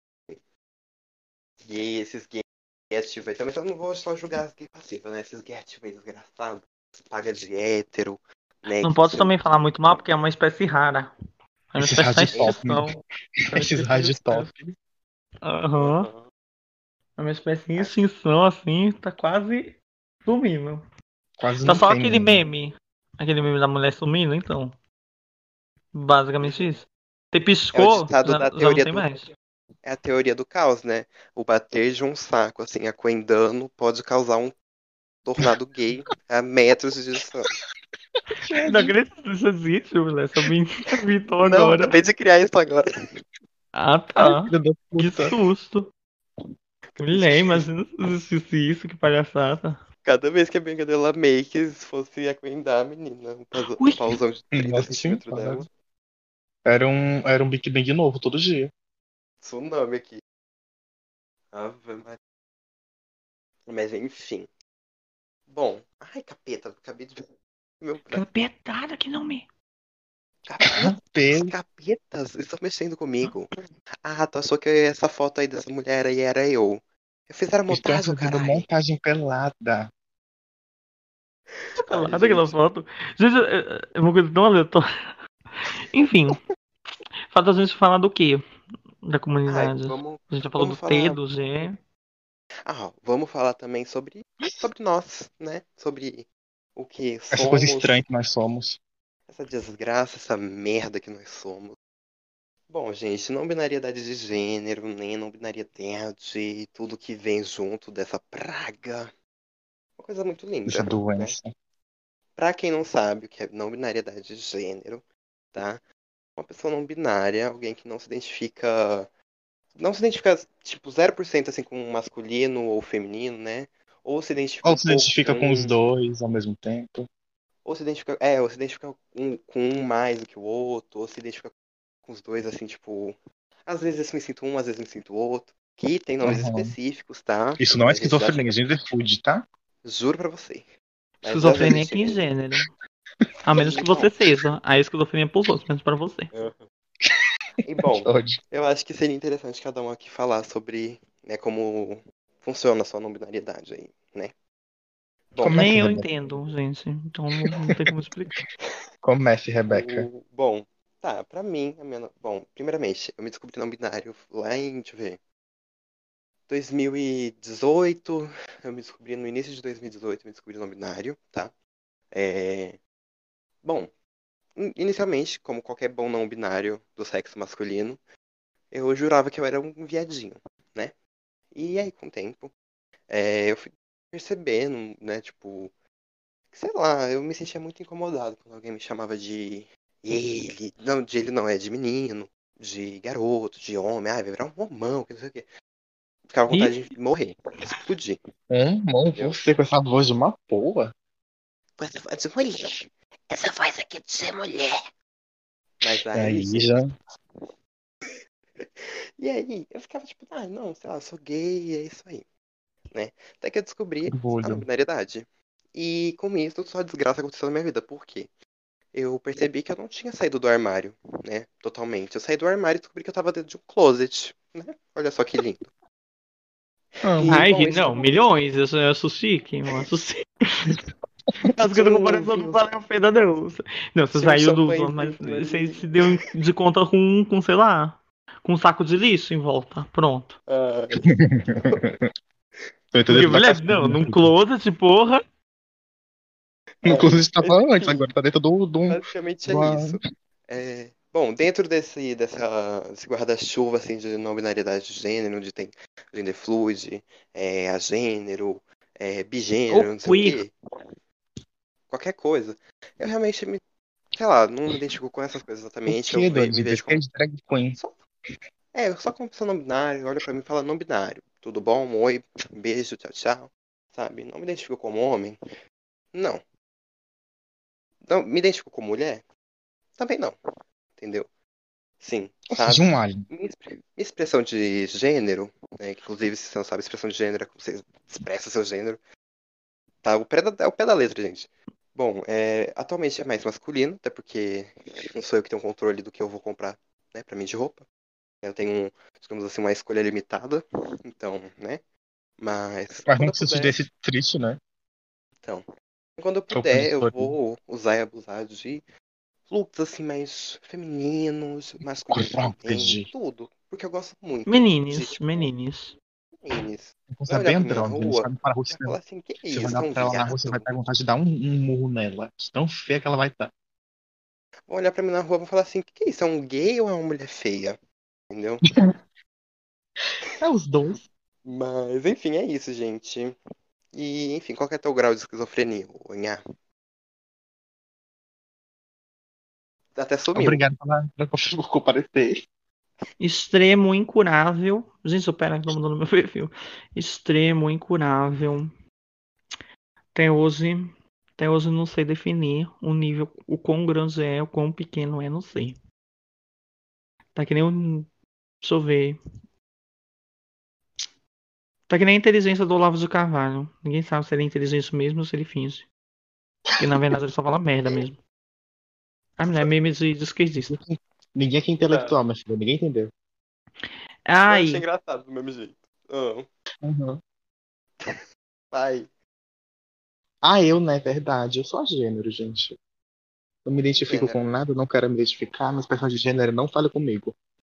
esses gays ativos aí também, então eu não vou só julgar as gays passivas, né? Esses gays ativos aí desgraçados, paga de hétero, né? Não Que pode tira. também falar muito mal, porque é uma espécie rara. É uma Esses espécie da rádio top. extinção. É uma Esses espécie da rádio top. extinção. Aham. Aham. É uma espécie em Ah, extinção, assim, tá quase sumindo. Quase Tá não só tem aquele um. meme. Aquele meme da mulher sumindo, então. Basicamente isso. Você é o piscou, ditado da já não teoria tem do. mais. É a teoria do caos, né? O bater de um saco, assim, aquendando, pode causar um tornado gay a metros de distância. Não acredito que isso existe, mulher. Só me inventou Não, agora. acabei de criar isso agora. Ah, Ai, tá. filha da Que puta. susto. Acabei de Mulher, criar isso. imagina se existisse isso, que palhaçada. Cada vez que a Brincadeira Makes fosse aquendar a menina, Ui, o pauzão de 30 Nossa centímetros senhora. dela. Era um Big Bang novo todo dia. Tsunami aqui. Ave Maria. Mas enfim. Bom. Ai, capeta. Acabei de ver meu braço. capetada que não me. Capetas. Capetas estão mexendo comigo. Ah, tu achou que essa foto aí dessa mulher aí era eu. Eu fiz a Estão montagem, fazendo caralho. montagem pelada. Ai, Pelada aquela gente. foto. Gente, é uma coisa tão aleatória. Enfim, falta a gente falar do quê? Da Ai, comunidade. vamos, A gente já falou vamos do T, falar. do G. Vamos falar também sobre nós, né? Sobre o que Essa coisa somos, estranha que nós somos. essa desgraça, essa merda que nós somos. Bom, gente, não binariedade de gênero, nem não binariedade, tudo que vem junto dessa praga. Uma coisa muito Essa linda, né? doença. Pra quem não sabe o que é não binariedade de gênero, tá? Uma pessoa não binária, alguém que não se identifica não se identifica, tipo, 0% assim com masculino ou feminino, né? Ou se identifica Ou um se pouco identifica com com os um, dois ao mesmo tempo. ou se identifica com um mais do que o outro, ou se identifica com os dois, assim, tipo, às vezes eu me sinto um, às vezes eu me sinto outro. Que tem nomes Uhum. específicos, tá? Isso não é A gente já esquizofrenia, chega, é gender food, tá? juro pra você. Mas já já a Esquizofrenia gente aqui em chega nisso. gênero. A menos E que bom, você seja. A esquizofrenia é pros outros, menos pra você. e Que bom, ódio. eu acho que seria interessante cada um aqui falar sobre, né, como funciona a sua não binariedade aí, né? Bom, Nem Comece, eu Rebeca. entendo, gente. Então não tem como explicar. Comece, Rebeca. bom, tá, pra mim, bom, primeiramente, eu me descobri não binário lá em, deixa eu ver, 2018, eu me descobri no início de 2018, eu me descobri não binário, tá? É, bom, inicialmente, como qualquer bom não binário do sexo masculino, eu jurava que eu era um viadinho, né? E aí, com o tempo, eu fui percebendo, né, tipo, sei lá, eu me sentia muito incomodado quando alguém me chamava de ele, não, de ele não, é de menino, de garoto, de homem, vai virar um homão, que não sei o quê. Ficava com E vontade de morrer, de explodir, Mão, entendeu? você com essa voz de uma porra. Com essa voz de mulher, essa voz aqui de ser mulher. Mas aí, Aí gente, já. e aí, eu ficava tipo, não, sei lá, eu sou gay, é isso aí, né? Até que eu descobri a não Orgulho. binariedade. E com isso, só desgraça aconteceu na minha vida. Por quê? Eu percebi que eu não tinha saído do armário, né? Totalmente. Eu saí do armário e descobri que eu tava dentro de um closet, né? Olha só que lindo. E, ai, bom, isso não, milhões. Eu sou chique, eu sou chique. As tinha coisas um comparação não valem a pena, não. Não, você tinha um saiu dos outros, mas champanhezinho você ali. se deu de conta com, sei lá, com um saco de lixo em volta. Pronto. Ah, Tô entendendo Porque, da mulher, casquinha, não, né? num closet, porra. No é, curso estava mas antes, enfim, agora tá dentro basicamente de é uma. isso. Bom, dentro desse guarda-chuva assim, de não binariedade de gênero, onde tem gender fluid, agênero, Ou bigênero, não sei o queer. quê, qualquer coisa, eu realmente sei lá, não me identifico com essas coisas O exatamente. quê, Dona Me de vejo Vez? Que é como de drag queen. só, só como pessoa não binária, olha pra mim e fala não binário. Tudo bom? Oi, beijo, tchau, tchau. Sabe? Não me identifico como homem? Não. Não me identifico como mulher? Também não. Entendeu? Sim, Ou seja, sabe? um alien. Minha expressão de gênero, né, que inclusive se você não sabe, expressão de gênero é como você expressa seu gênero, tá? É o pé da letra, gente. Bom, atualmente é mais masculino, até porque não sou eu que tenho controle do que eu vou comprar, né, pra mim de roupa. Eu tenho, digamos assim, uma escolha limitada, então, né? Mas Mas quando não eu que isso te puder, desse triste, né? então, quando eu Ou puder, eu preguiçoso. vou usar e abusar de looks assim mais femininos, masculinos também, Cropped. tudo, porque eu gosto muito de, Menines, tipo, menines. meninas. Você Vai é olhar bem pra mim na andrógeno. Você rua, vai para a rua, vai falar assim, que é você vai isso? olhar É um pra ela na rua, você vai viado? ter vontade de dar um murro nela. De tão feia que ela vai estar. Vão olhar pra mim na rua e vão falar assim, que é isso? É um gay ou é uma mulher feia? Entendeu? É os dois. Mas, enfim, é isso, gente. E, enfim, qual que é teu grau de esquizofrenia, ô Nha? Até sumiu. Obrigado por comparecer. Extremo, incurável. Gente, supera que tô mudando meu perfil. Extremo, incurável. Até hoje, até hoje não sei definir o nível, o quão grande é, o quão pequeno é, não sei. Tá que nem um. Deixa eu ver. Tá que nem a inteligência do Olavo de Carvalho. Ninguém sabe se ele é inteligente mesmo ou se ele finge. Porque na verdade ele só fala merda mesmo. A mulher é meme de esquerdista. Ninguém aqui é Tá. intelectual, mas ninguém entendeu. Eu achei Ai, engraçado do mesmo jeito. Uhum. Vai. Eu, né? Verdade. Eu sou a gênero, gente. Não me identifico com Gênero. nada, não quero me identificar. Meus personagens de gênero não falem comigo.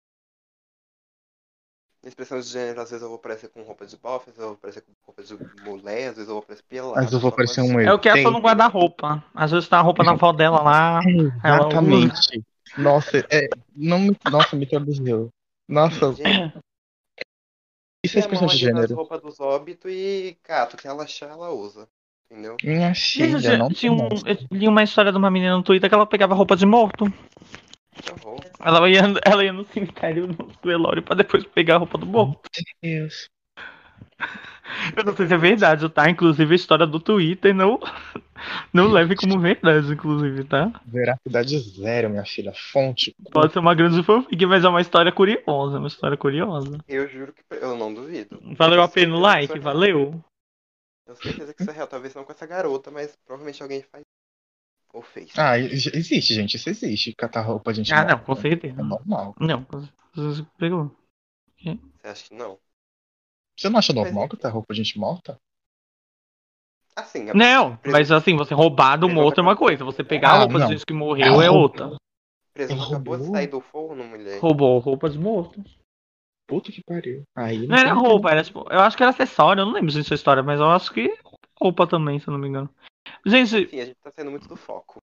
Na expressão de gênero, às vezes eu vou aparecer com roupa de bofe, às vezes eu vou aparecer com roupa de mulher, às vezes eu vou aparecer Mas eu pelado, vou só parecer pode um ser. é o que é só no ET. guarda-roupa. Às vezes tá a roupa da avó dela lá, ela usa. Exatamente. Nossa, nossa, me traduziu. Nossa, Gente, isso é enfia a expressão mão de ali nas gênero. roupas dos óbitos e cata, o que ela achar, ela usa. Entendeu? Minha Gente, filha, não tinha demonstra. eu li uma história de uma menina no Twitter que ela pegava roupa de morto. Que horror. Ela ia no cemitério, no velório, pra depois pegar a roupa do morto. Deus. Eu não sei se é verdade, tá? Inclusive a história do Twitter não leve como verdade, inclusive, tá? Veracidade zero, minha filha. Fonte. Pode ser uma grande fanfic, mas é uma história curiosa, uma história curiosa. Eu juro que eu não duvido. Valeu Eu a pena o certeza que isso like? é real. Valeu? Tenho certeza que isso é real. Talvez não com essa garota, mas provavelmente alguém faz. Ou fez. Ah, existe, gente. Isso existe. Catar roupa de gente Ah, não, morta. com certeza. É normal. Não, você pegou. Você acha que não? Você não acha Mas normal enfim. catar roupa de gente morta? Assim, Não, mas assim, você roubar do presunto morto é uma acabou. coisa, você pegar a roupa de Não. gente que morreu Ela é roubou. outra. O Ela presunto acabou de roubou? sair do forno, mulher. Roubou roupa de morto. Puta que pariu. Aí Não não tem era muito. roupa, era tipo. Eu acho que era acessório, eu não lembro dessa história, mas eu acho que roupa também, se eu não me engano. Gente. Enfim, a gente tá saindo muito do foco.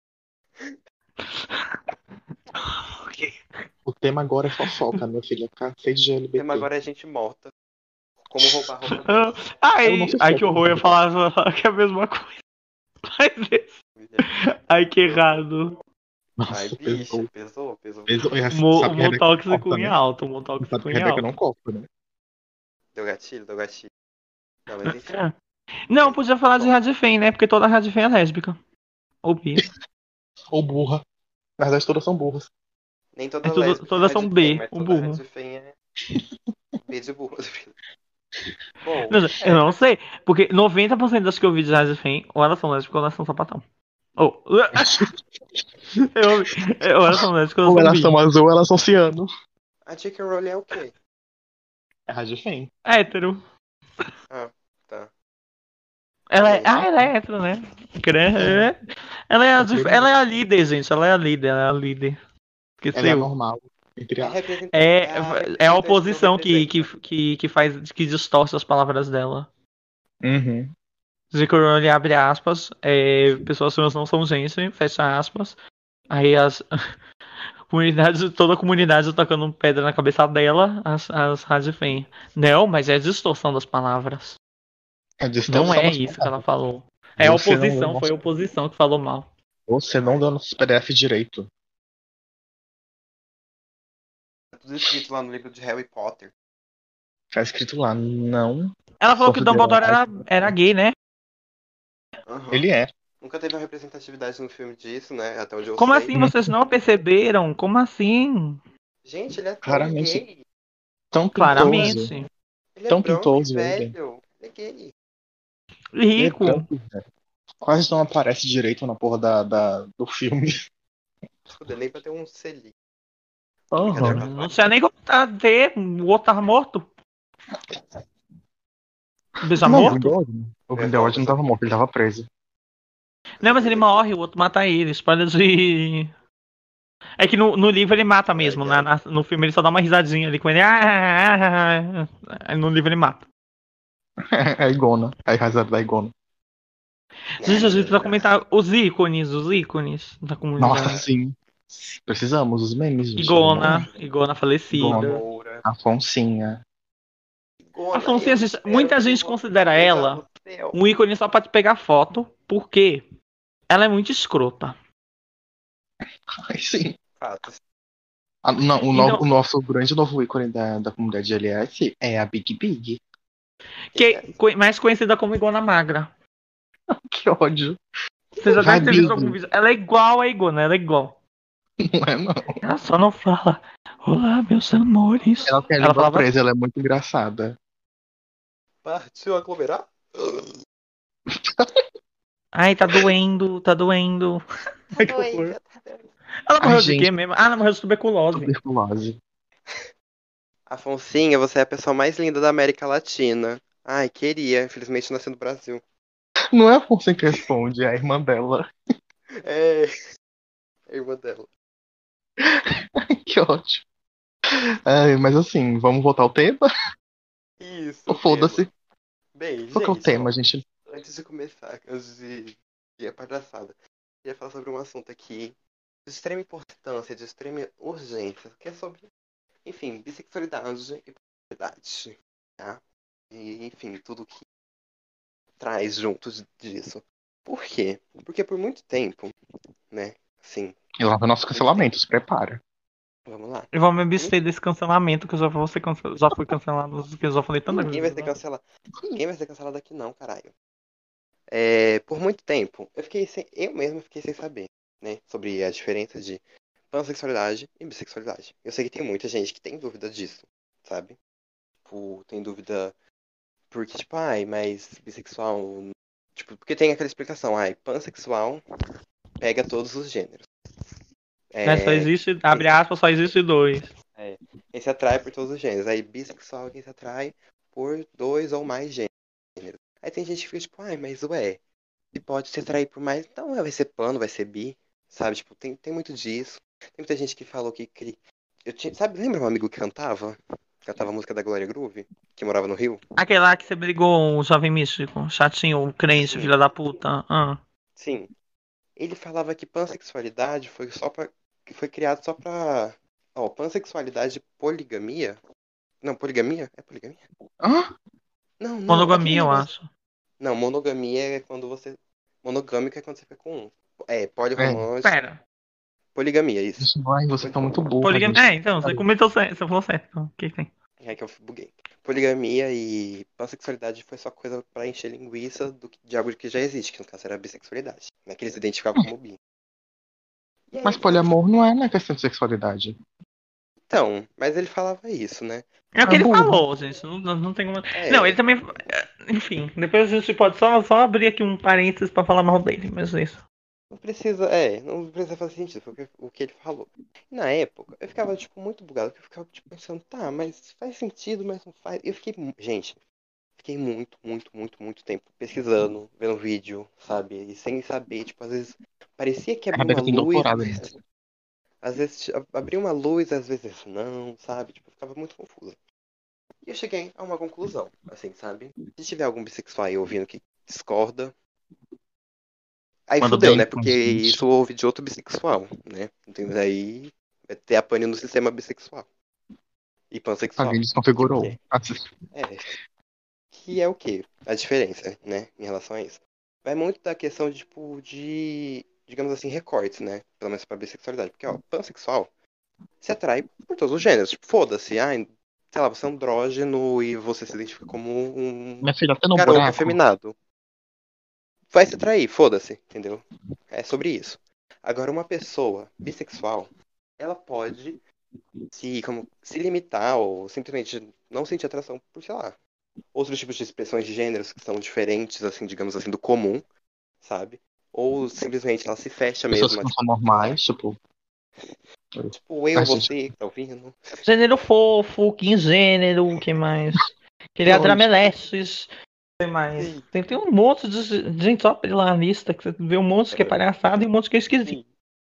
O tema agora é fofoca, meu filho. Cacete de O tema LGBT. agora é gente morta. Como roubar a roupa dela. Eu não Ai, sei que horror, eu ia falar que é a mesma coisa. Mas esse. Ai, que errado. Ai, Nossa, bicha, pesou. pesou. Pesou. Sabe que a Humor Rebeca não tóxico corta, em né? alto, humor Sabe tóxico que a em Rebeca não alto. corta, né? Deu gatilho, deu gatilho. Não, mas enfim. Não, podia falar de Bom. Radifem, né? Porque toda Radifem é lésbica. Ou bi. Ou burra. Na verdade, todas são burras. Nem toda lésbica é Todas são Radfem, B, mas o toda burro. Radfem é B de burro. Bom, Não, eu não sei, porque 90% das que eu vi de Radifem, ou elas são lésbicas ou elas são sapatão. Ou ou elas são lésbicas ou Ou elas são elas são bi. azul ou elas são ciano. a J.K. Rowling é o quê? É Rádio Fem. Hétero. Ah, tá. Ela é hétero, né? Ela é a líder, gente. Ela é a líder, ela é a líder. Ela é Esqueceu? normal. Entre a... É, É a é a representante não oposição representa. que distorce as palavras dela. Uhum. J.K. Rowling abre aspas, pessoas trans não são gente, fecha aspas. Aí toda a comunidade tacando pedra na cabeça dela, as Radifem. Não, mas é a distorção das palavras. A Não distorção é das isso que ela palavras. falou. É a Você não leu oposição, foi a nosso... oposição que falou mal. Você não deu nossos PDF direito. Tá tudo escrito lá no livro de Harry Potter. Tá escrito lá, não Ela falou que o considerar... Dumbledore era gay, né? Aham. Ele é. Nunca teve uma representatividade no filme disso, né? Até onde eu Como sei. assim vocês não perceberam? Como assim? Gente, ele é tão Claramente. gay. Tão pintoso. Claramente. Ele é Tão branco e pintoso ele. velho. Ele é gay. Ele é Rico. branco, velho. Quase não aparece direito na porra do filme. Foda, nem pra ter um selinho. Aham. Brincadeira, Não sei nem como tá ver. O outro tava morto. O bicho tá Não, morto? o Grindelwald não tava morto, ele tava preso. Não, mas ele morre, o outro mata ele. Spoiler de. É que no livro ele mata mesmo. No filme ele só dá uma risadinha ali com ele. Aí no livro ele mata. É a Igona. É a risada da Igona. Gente, a gente precisa comentar os ícones da comunidade. Nossa, sim. Precisamos, os memes, gente. Igona falecida. Moura. Afonsinha. A Fonseca, muita gente considera ela um ícone só pra te pegar foto, porque ela é muito escrota. Ai, sim. Fatos. Não, Então- o nosso grande novo ícone da comunidade LS é a Big Big. Mais conhecida como Igona Magra. Que ódio. Você já Vai, deve ter visto Big. algum vídeo. Ela é igual a Igona, ela é igual. Não é, não. Ela só não fala. Olá, meus amores. Ela tem a Ela língua falava presa, ela é muito engraçada. Partiu aglomerar? ai, tá doendo, tá doendo. Ai, que horror. Ela morreu de quê mesmo? Ah, ela morreu de tuberculose. Tuberculose. Afonsinha, você é a pessoa mais linda da América Latina. Ai, queria. Infelizmente nasceu no Brasil. Não é a Afonso que responde, é a irmã dela. É. A irmã dela. Que ódio. Mas assim, vamos voltar ao tema? Isso. Foda-se. tema. Bem, Qual que é o gente, tema, ó, gente? antes de começar, antes de ir a palhaçada, queria falar sobre um assunto aqui de extrema importância, de extrema urgência, que é sobre, enfim, bissexualidade e polaridade, tá? E, enfim, tudo que traz junto disso. Por quê? Porque por muito tempo, né, assim, E lá vai nosso cancelamento, se prepara. Vamos lá. Eu vou me abster desse cancelamento, que eu já, já fui cancelado, que eu já falei tanta Ninguém vai coisa. ser cancelado. Ninguém vai ser cancelado aqui não, caralho. Por muito tempo, eu mesmo fiquei sem saber, né, sobre a diferença de pansexualidade e bissexualidade. Eu sei que tem muita gente que tem dúvida disso, sabe? Tipo, tem dúvida porque, tipo, ai, mas bissexual. Tipo, porque tem aquela explicação, ai, pansexual pega todos os gêneros. Né, só É, existe, abre aspas, só existe dois. quem se atrai por todos os gêneros. Aí, bissexual é quem se atrai por dois ou mais gêneros. Aí tem gente que fica tipo, ai, mas ué, se pode se atrair por mais, então vai ser pano, vai ser bi, sabe? Tipo, tem muito disso. Tem muita gente que falou que. Sabe, lembra um amigo que cantava? Cantava a música da Glória Groove? Que morava no Rio? Aquele lá que você brigou, o jovem místico, chatinho, o crente, Sim, filha da puta. sim. Ele falava que pansexualidade foi só pra. Que foi criado só pra. Ó, pansexualidade e poligamia. Não, poligamia? É poligamia? Hã? Não, não. Aquele Monogamia, eu negócio. acho. Não, monogamia é quando você. Monogâmico é quando você fica com um. É. Polirromântico. Pera. Poligamia, isso. Ai, você tá muito burra, Poligamia. gente. Então, você comentou certo, você falou certo. Então, o que tem? É que eu buguei. Poligamia e pansexualidade foi só coisa pra encher linguiça de algo que já existe, que no caso era a bissexualidade. Né? Que eles se identificavam como bi. E aí Mas ele falava. poliamor não é na questão de sexualidade. Então, mas ele falava isso, né? É o que É ele burro. falou, gente. Não tem como. Não, É, ele também. Enfim, depois a gente pode só abrir aqui um parênteses pra falar mal dele, mas é isso. não precisa fazer sentido, foi o que ele falou. Na época, eu ficava, tipo, muito bugado, porque eu ficava, tipo, pensando, tá, mas faz sentido, mas não faz. Eu fiquei, gente, fiquei muito, muito, muito, muito tempo pesquisando, vendo vídeo, sabe? E sem saber, tipo, às vezes parecia que A abria uma Rebeca tem luz, doutorado mas nisso. às vezes abria uma luz, às vezes não, sabe? Tipo, eu ficava muito confusa. E eu cheguei a uma conclusão, assim, sabe? Se tiver algum bissexual aí ouvindo que discorda, aí Manda fudeu, bem né? com Porque gente. isso ouve de outro bissexual, né? Entendeu? Aí vai ter a pane no sistema bissexual. E pansexual. Alguém desconfigurou. Que é, que é o quê? A diferença, né? Em relação a isso. Vai muito da questão, tipo, digamos assim, recortes, né? Pelo menos pra bissexualidade. Porque, ó, pansexual se atrai por todos os gêneros. Tipo, foda-se, sei lá, você é andrógeno e você se identifica como um Minha filha, até no garoto buraco. afeminado. Vai se atrair, foda-se, entendeu? É sobre isso. Agora, uma pessoa bissexual, ela pode se limitar ou simplesmente não sentir atração por, sei lá, outros tipos de expressões de gêneros que são diferentes, assim, digamos assim, do comum, sabe? Ou simplesmente ela se fecha Pessoas mesmo, que não tipo, são normais, tipo. eu, Ai, gente, você, que tá ouvindo. Gênero fofo, que gênero, o que mais? que Queria ódio. Dramelestes, o que mais? Sim, Tem um monte de gente só pela lista, que você vê um monte que é palhaçada e um monte que é esquisito. sim.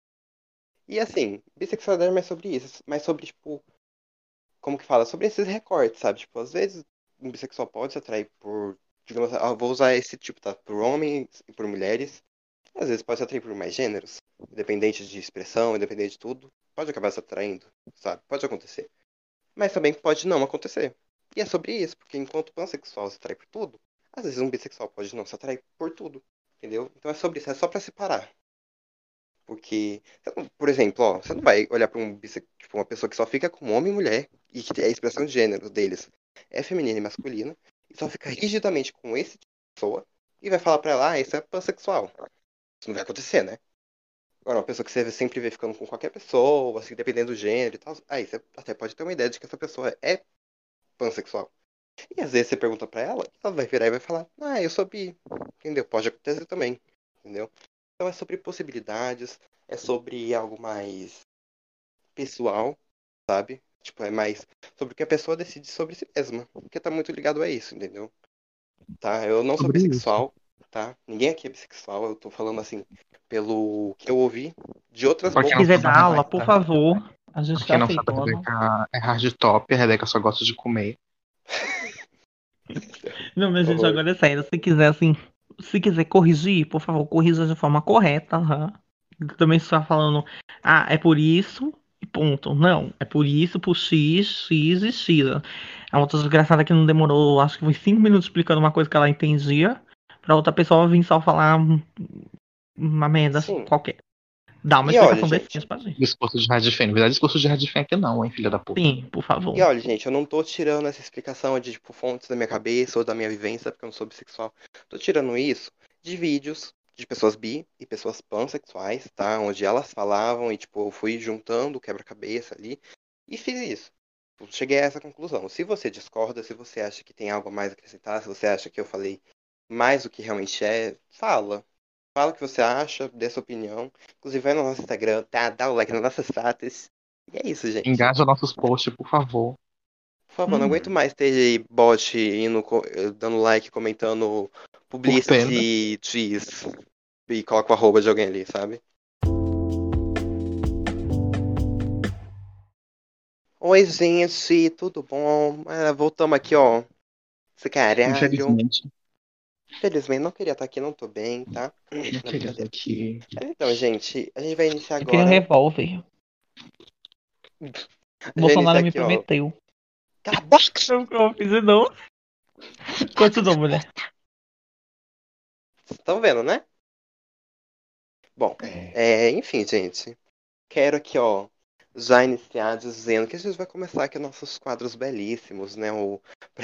E assim, bissexualidade é mais sobre isso, mais sobre, tipo, como que fala? Sobre esses recortes, sabe? Tipo, às vezes um bissexual pode se atrair por, digamos, vou usar esse tipo, tá? Por homens e por mulheres. E às vezes pode se atrair por mais gêneros, independente de expressão, independente de tudo. Pode acabar se atraindo, sabe? Pode acontecer. Mas também pode não acontecer. E é sobre isso, porque enquanto o pansexual se atrai por tudo, às vezes um bissexual pode não se atrair por tudo, entendeu? Então é sobre isso, é só pra separar. Porque, por exemplo, ó, você não vai olhar pra tipo, uma pessoa que só fica com homem e mulher, e que a expressão de gênero deles é feminina e masculina, e só fica rigidamente com esse tipo de pessoa, e vai falar pra ela, isso é pansexual. Isso não vai acontecer, né? Agora, uma pessoa que você sempre vê ficando com qualquer pessoa, assim, dependendo do gênero e tal, aí você até pode ter uma ideia de que essa pessoa é pansexual. E às vezes você pergunta pra ela, ela vai virar e vai falar, eu sou bi. Entendeu? Pode acontecer também. Entendeu? Então é sobre possibilidades, é sobre algo mais pessoal, sabe? Tipo, é mais sobre o que a pessoa decide sobre si mesma. Porque tá muito ligado a isso, entendeu? Tá? Eu não sou Sobre isso. bissexual, tá? Ninguém aqui é bissexual, eu tô falando assim, pelo que eu ouvi de outras Pra Se quem não bocas quiser sabe, dar a aula, por bissexuais, tá? favor, a gente pra está quem não sabe, a aceitando. Rebeca é hardtop, a Rebeca só gosta de comer. Não, mas gente, Horror. agora é sério, se quiser assim, se quiser corrigir, por favor, corrija de forma correta, tá? Também está falando, é por isso e ponto. Não, é por isso, por X, X e X. A outra desgraçada que não demorou, acho que foi 5 minutos explicando uma coisa que ela entendia, pra outra pessoa vir só falar uma merda Sim. qualquer. Dá uma E olha, explicação gente. decente pra gente. Discurso de Radifem. Não vai dar discurso de Radifem aqui não, hein, filha da puta. Sim, por favor. E olha, gente, eu não tô tirando essa explicação de, tipo, fontes da minha cabeça ou da minha vivência, porque eu não sou bissexual. Tô tirando isso de vídeos de pessoas bi e pessoas pansexuais, tá? Onde elas falavam e, tipo, eu fui juntando o quebra-cabeça ali e fiz isso. Cheguei a essa conclusão. Se você discorda, se você acha que tem algo a mais a acrescentar, se você acha que eu falei mais do que realmente é, fala. Fala o que você acha, dê sua opinião. Inclusive, vai no nosso Instagram, tá? Dá o like nas nossas status. E é isso, gente. Engaja nossos posts, por favor. Por favor, não aguento mais ter bot indo, dando like, comentando Por pena. publicity trees e coloca o arroba de alguém ali, sabe? Oi, gente, tudo bom? Voltamos aqui, ó. Esse caralho. Infelizmente. Felizmente, não queria estar aqui, não tô bem, tá? Não Não, queria brincadeira. aqui. Mas então, gente, a gente vai iniciar Eu queria um agora. revólver. A gente vai Bolsonaro iniciar me aqui, ó. prometeu. Cala a boca! Eu fiz não. Continua, mulher. Vocês estão vendo, né? Bom, enfim, gente. Quero aqui, ó, já iniciar dizendo que a gente vai começar aqui nossos quadros belíssimos, né? O...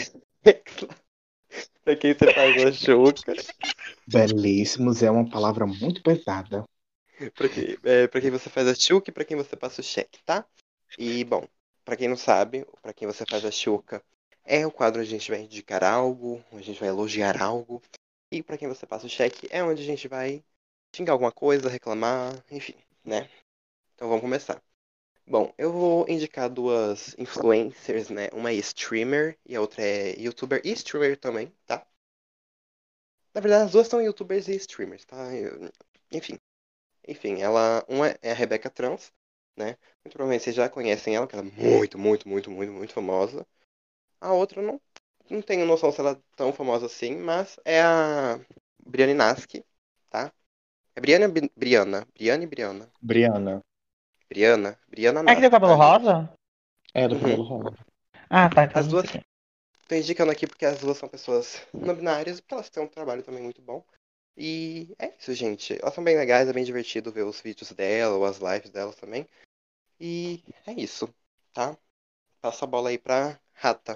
pra quem você faz a chuca. Belíssimos é uma palavra muito pesada. Pra quem você faz a chuca e pra quem você passa o cheque, tá? E, bom, pra quem não sabe, pra quem você faz a chuca, é o quadro onde a gente vai indicar algo, onde a gente vai elogiar algo. E pra quem você passa o cheque, é onde a gente vai xingar alguma coisa, reclamar, enfim, né? Então vamos começar. Bom, eu vou indicar duas influencers, né? Uma é streamer e a outra é youtuber e streamer também, tá? Na verdade, as duas são youtubers e streamers, tá? Enfim. Enfim, uma é a Rebeca Trans, né? Muito provavelmente vocês já conhecem ela, que ela é muito, muito, muito, muito, muito famosa. A outra eu não tenho noção se ela é tão famosa assim, mas é a Briane Nasky, tá? É Briane ou Briana? Briane e Briana? Briana. Briana É que tem Nasky, cabelo tá, gente? rosa? É, do Uhum. cabelo rosa. Ah, tá, então As não sei duas quem. tô indicando aqui porque as duas são pessoas não binárias, porque elas têm um trabalho também muito bom. E é isso, gente. Elas são bem legais, é bem divertido ver os vídeos dela ou as lives delas também. E é isso, tá? Passa a bola aí pra Rata.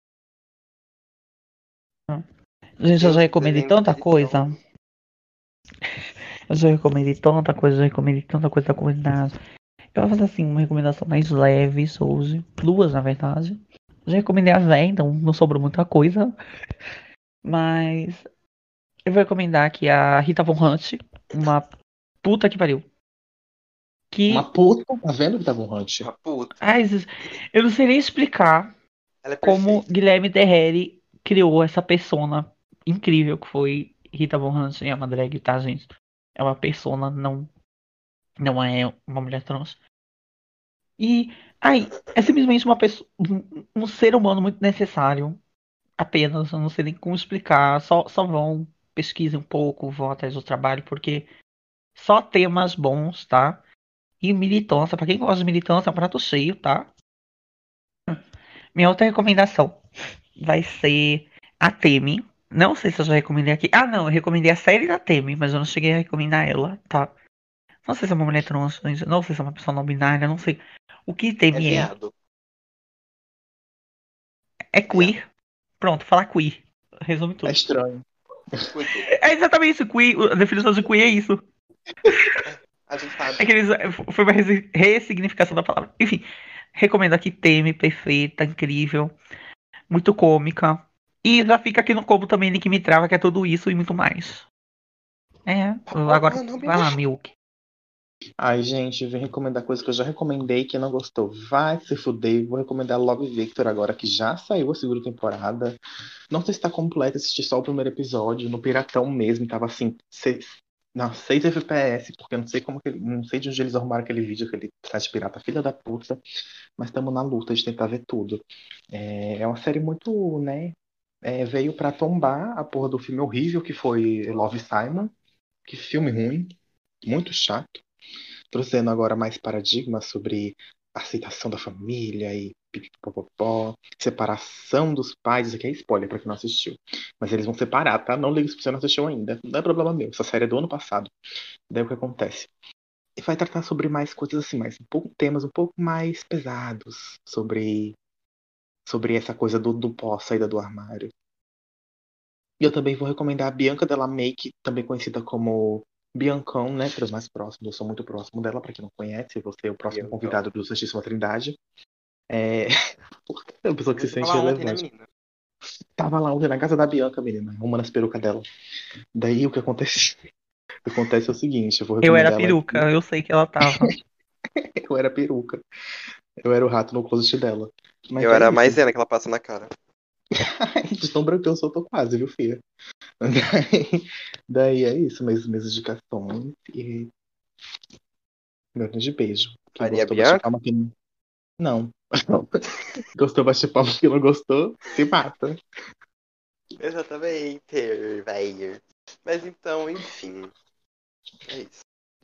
Gente, eu já Seus recomendei desenhos tanta coisa. deliciosos. Eu já recomendei tanta coisa, já recomendei tanta coisa da comunidade. Eu vou fazer assim, uma recomendação mais leve hoje. Duas, na verdade. Eu já recomendei a véia, então não sobrou muita coisa. Mas eu vou recomendar aqui a Rita Von Hunt. Uma puta que pariu. Uma Que. puta, tá vendo que tava um hunt? Uma puta. Ai, eu não sei nem explicar Ela é como perfeita. Guilherme Derreri criou essa persona incrível que foi Rita Von Hunt. É uma drag, tá, gente? É uma persona, não é uma mulher trans. E aí, é simplesmente uma pessoa, um ser humano muito necessário. Apenas, eu não sei nem como explicar. Só vão, pesquisem um pouco, vão atrás do trabalho, porque só temas bons, tá? E militância, pra quem gosta de militância, é um prato cheio, tá? Minha outra recomendação vai ser a Temi. Não sei se eu já recomendei aqui. Ah, não, eu recomendei a série da Temi, mas eu não cheguei a recomendar ela, tá? Não sei se é uma mulher trans, não sei se é uma pessoa não binária, não sei. O que É Temi viado. é É viado. queer. Pronto, falar queer. Resume É tudo. estranho. Exclui tudo. É exatamente isso, queer. A definição de queer é isso. A gente sabe. É que eles, foi uma ressignificação da palavra. Enfim, recomendo aqui Temi, perfeita, incrível, muito cômica. E já fica aqui no combo também Nick Me Trava, que é tudo isso e muito mais. É, agora Porra, não vai lá, binário. Milk. Ai, gente, vem recomendar coisa que eu já recomendei que não gostou. Vai se fuder. Vou recomendar Love Victor agora, que já saiu a segunda temporada. Não sei se tá completa, assisti só o primeiro episódio. No Piratão mesmo, tava assim, 6 FPS, porque eu não sei como que, não sei de onde eles arrumaram aquele vídeo, aquele site pirata, filha da puta. Mas estamos na luta de tentar ver tudo. É uma série muito, né? Veio pra tombar a porra do filme horrível que foi Love, Simon. Que filme ruim, muito chato. Trouxendo agora mais paradigmas sobre aceitação da família e pipipopopó, separação dos pais. Isso aqui é spoiler pra quem não assistiu. Mas eles vão separar, tá? Não ligue se você não assistiu ainda. Não é problema meu. Essa série é do ano passado. Daí o que acontece? E vai tratar sobre mais coisas assim, temas um pouco mais pesados sobre essa coisa do pós-saída do armário. E eu também vou recomendar a Bianca Della Make, também conhecida como Biancão, né? Para os mais próximos, eu sou muito próximo dela, para quem não conhece, você é o próximo Biancão. convidado do Santíssima Trindade. É uma pessoa que Eu se sente tava lá ontem, né, relevante. menina? Tava lá ontem na casa da Bianca, menina, arrumando as perucas dela. Daí o que acontece? O que acontece é o seguinte, eu vou Eu era recomendar ela aqui. peruca, eu sei que ela tava. Eu era peruca. Eu era o rato no closet dela. Mas Eu é era a isso. maisena que ela passa na cara. De tão branco eu sou, tô quase, viu, filha? Daí é isso, minhas indicações e meu grande beijo. Quem Maria gostou, bate Bianca? palma. Quem não. Gostou, bate palma. Quem não gostou, se mata. Exatamente, velho. Mas então, enfim. É isso.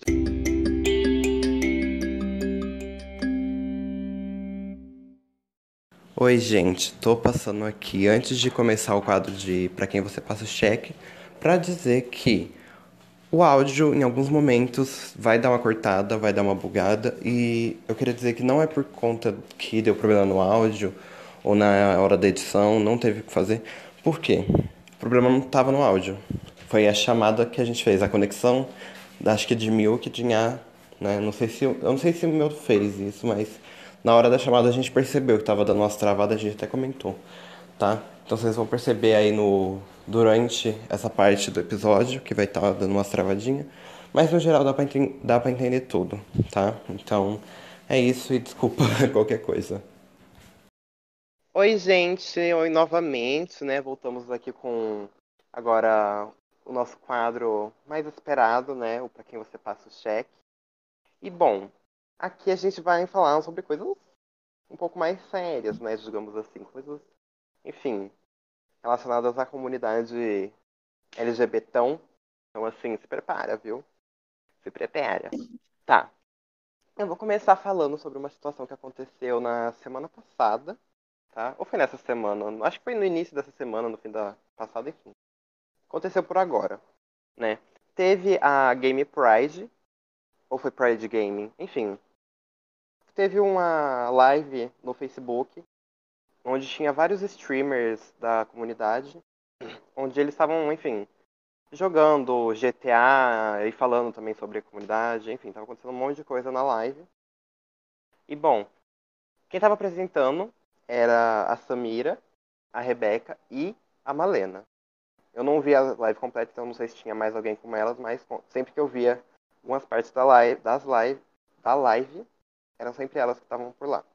Oi, gente. Tô passando aqui antes de começar o quadro de Pra Quem Você Passa o Cheque, pra dizer que o áudio, em alguns momentos, vai dar uma cortada, vai dar uma bugada. E eu queria dizer que não é por conta que deu problema no áudio ou na hora da edição, não teve o que fazer. Por quê? O problema não estava no áudio. Foi a chamada que a gente fez, a conexão, acho que de mil que tinha, né? Eu não sei se o meu fez isso, mas na hora da chamada a gente percebeu que estava dando umas travadas, a gente até comentou, tá? Então vocês vão perceber aí durante essa parte do episódio que vai estar dando umas travadinhas, mas no geral dá pra entender tudo, tá? Então é isso e desculpa qualquer coisa. Oi, gente, oi novamente, né? Voltamos aqui com agora o nosso quadro mais esperado, né? O Pra Quem Você Passa o Cheque. E bom, aqui a gente vai falar sobre coisas um pouco mais sérias, né? Digamos assim, coisas, enfim, relacionadas à comunidade LGBTão. Então, assim, se prepara, viu? Se prepara. Tá. Eu vou começar falando sobre uma situação que aconteceu na semana passada, tá? Ou foi nessa semana? Acho que foi no início dessa semana, no fim da passada, enfim. Aconteceu por agora, né? Teve a Game Pride, ou foi Pride Gaming, enfim. Teve uma live no Facebook, onde tinha vários streamers da comunidade, onde eles estavam, enfim, jogando GTA e falando também sobre a comunidade, enfim, tava acontecendo um monte de coisa na live. E bom, quem tava apresentando era a Samira, a Rebeca e a Malena. Eu não vi a live completa, então não sei se tinha mais alguém com elas, mas sempre que eu via algumas partes da live, eram sempre elas que estavam por lá.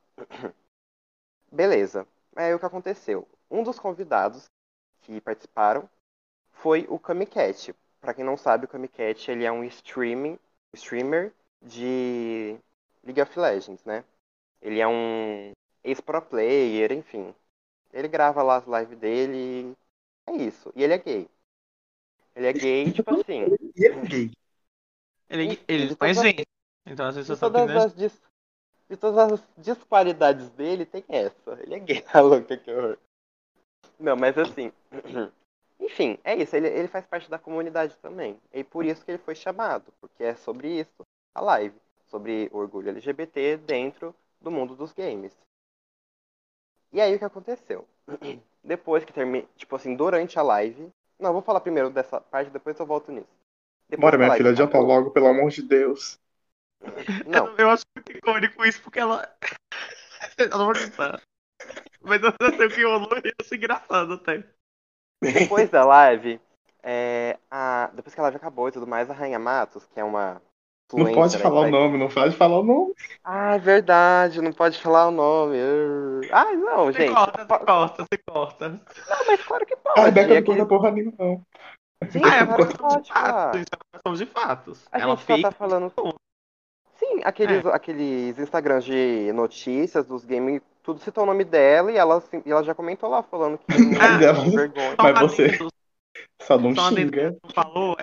Beleza. Aí o que aconteceu? Um dos convidados que participaram foi o Kamikat. Pra quem não sabe, o Kamikat ele é um streamer de League of Legends, né? Ele é um ex-pro player, enfim. Ele grava lá as lives dele. É isso. E ele é gay. Ele é gay, tipo assim. E ele é gay. Enfim, Ele não é gente. Então a de sensação que ele todas não é as de todas as disqualidades dele, tem essa. Ele é gay, tá louca, que horror. Não, mas assim. Enfim, é isso. Ele faz parte da comunidade também. E por isso que ele foi chamado. Porque é sobre isso a live. Sobre o orgulho LGBT dentro do mundo dos games. E aí o que aconteceu? Depois que termina. Tipo assim, durante a live. Não, eu vou falar primeiro dessa parte, depois eu volto nisso. Depois Bora, que a minha live filha, adianta acabou. logo, pelo amor de Deus. Não. Eu acho muito icônico isso, porque ela. Eu não vou gritar. Mas eu sei o que rolou e ia ser engraçado até. Depois da live. Depois que a live acabou e tudo mais, a Rainha Matos, que é uma Não pode influencer aí falar o nome, não pode falar o nome. Ah, é verdade, não pode falar o nome. Ai, não, Você gente. corta, você corta, você corta. Não, mas claro que A pode. Rebeca não conta Aqueles... porra nenhuma, não. Ah, Gente, é claro que apuração de pode fatos, falar. isso é apuração de fatos. A Ela gente só fez tá falando. isso. Sim, É. aqueles Instagrams de notícias dos games, tudo citou o nome dela e ela já comentou lá falando que Mas Ah, não ela. tem vergonha. só um Mas você adendo, só não só um adendo que xinga. você falou,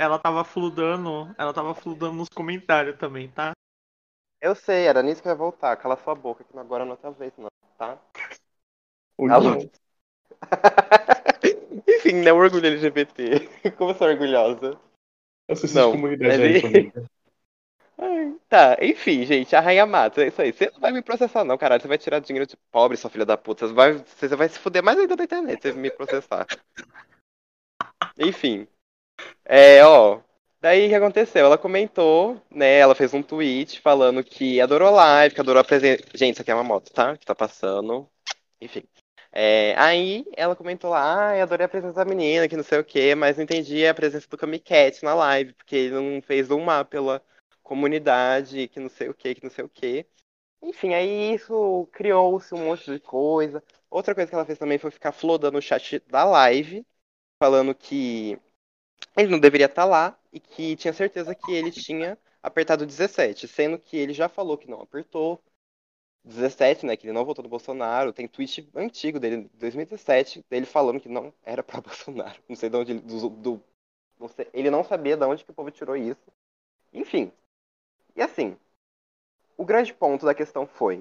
ela tava fludando nos comentários também, tá? Eu sei, era nisso que eu ia voltar. Cala sua boca, que agora não é tua vez, não, tá? Ui, Alô? não. Enfim, né? Orgulho LGBT. Como eu sou orgulhosa. Eu sou de Não, comunidade mas aí, família. Ai, tá, enfim, gente, a Rainha Matos, é isso aí. Você não vai me processar, não, caralho. Você vai tirar dinheiro de pobre, sua filha da puta. Você vai se fuder mais ainda da internet se você me processar. Enfim. Ó. Daí o que aconteceu? Ela comentou, né? Ela fez um tweet falando que adorou a live, que adorou a presença. Gente, isso aqui é uma moto, tá? Que tá passando. Enfim. Aí ela comentou lá, eu adorei a presença da menina, que não sei o quê, mas não entendi a presença do Camicat na live, porque ele não fez uma pela comunidade, que não sei o quê, que não sei o quê. Enfim, aí isso criou-se um monte de coisa. Outra coisa que ela fez também foi ficar flodando o chat da live, falando que ele não deveria estar lá e que tinha certeza que ele tinha apertado 17, sendo que ele já falou que não apertou 17, né, que ele não votou no Bolsonaro. Tem tweet antigo dele, 2017, dele falando que não era pra Bolsonaro. Não sei de onde não sei, ele não sabia de onde que o povo tirou isso. Enfim. E assim, o grande ponto da questão foi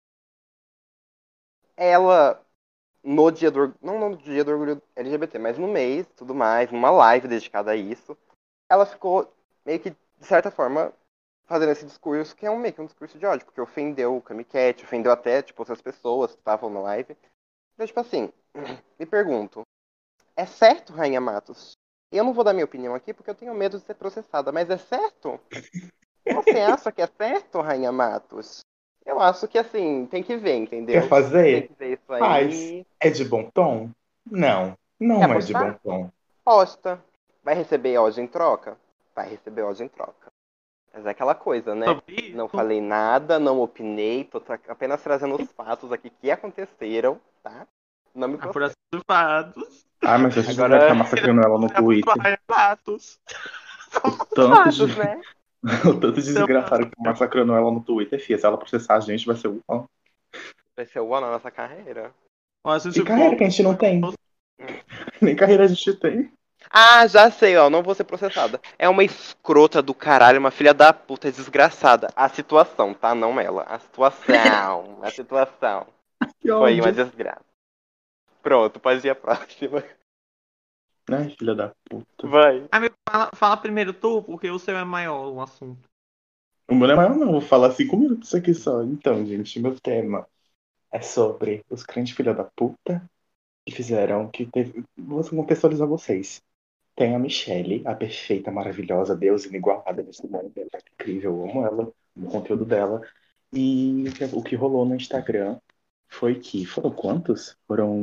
ela no dia do não no dia do orgulho LGBT, mas no mês, tudo mais, numa live dedicada a isso, ela ficou meio que de certa forma fazendo esse discurso que é meio que um discurso de ódio, porque ofendeu o Camicat, ofendeu até tipo outras pessoas que estavam na live. Então, tipo assim, me pergunto, é certo, Rainha Matos? Eu não vou dar minha opinião aqui porque eu tenho medo de ser processada, mas é certo? Você acha que é certo, Rainha Matos? Eu acho que assim, tem que ver, Quer entendeu? Tem fazer? que ver isso Faz. aí. É de bom tom? Não, Quer não é de bom postar? tom. Posta. Vai receber ódio em troca? Vai receber ódio em troca. Mas é aquela coisa, né? Sobre Não isso, falei nada, não opinei, tô apenas trazendo os fatos aqui que aconteceram, tá? Não me processe. apuração dos fatos. Ah, mas a gente deve Agora, estar massacrando ela no Twitter. Fatos. O São tanto de, fatos, né? o tanto de Então, desgraçado que tá massacrando ela no Twitter, fia. Se ela processar a gente, vai ser o. Ó. Vai ser o na nossa carreira. a E gente carreira volta. que a gente não tem. Hum. Nem carreira a gente tem. Ah, já sei, ó, não vou ser processada. É uma escrota do caralho, uma filha da puta desgraçada. A situação, tá? Não ela. A situação. A situação. Que Foi uma ódio. desgraça. Pronto, pode ir a próxima. Né, filha da puta. Vai. Amigo, fala primeiro tu, porque o seu é maior o assunto. O meu não é maior, não. Vou falar 5 minutos aqui só. Então, gente, meu tema é sobre os crentes filha da puta que fizeram que teve. Vou contextualizar vocês. Tem a Michelle, a perfeita, maravilhosa, Deus inigualada nesse mundo. Ela é incrível, eu amo ela, o conteúdo dela. E o que rolou no Instagram foi que. Foram quantos?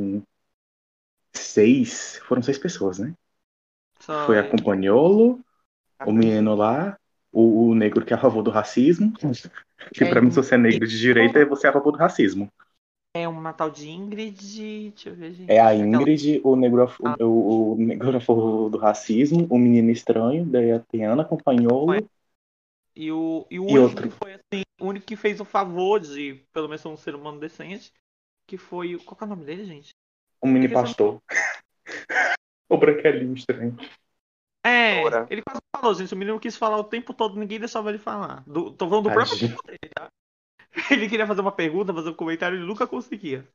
Foram seis pessoas, né? Só Foi a Companholo, o menino lá, o negro que é a favor do racismo. Que é, pra mim, se você é negro de direita, você é a favor do racismo. é uma tal de Ingrid. Deixa eu ver, É a gente. Aquela. Ingrid, o negro a favor do racismo, o menino estranho, daí tem a Ana Companholo E o e único que outro, foi assim, o único que fez o favor de, pelo menos, ser um ser humano decente, que foi. Qual que é o nome dele, gente? um mini Esqueci o pastor. O branquelinho estranho. É, Ora. ele quase falou, gente. O menino quis falar o tempo todo, ninguém deixava ele falar. Tô falando do próprio Tadinho. tempo dele, tá? Ele queria fazer uma pergunta, fazer um comentário, ele nunca conseguia.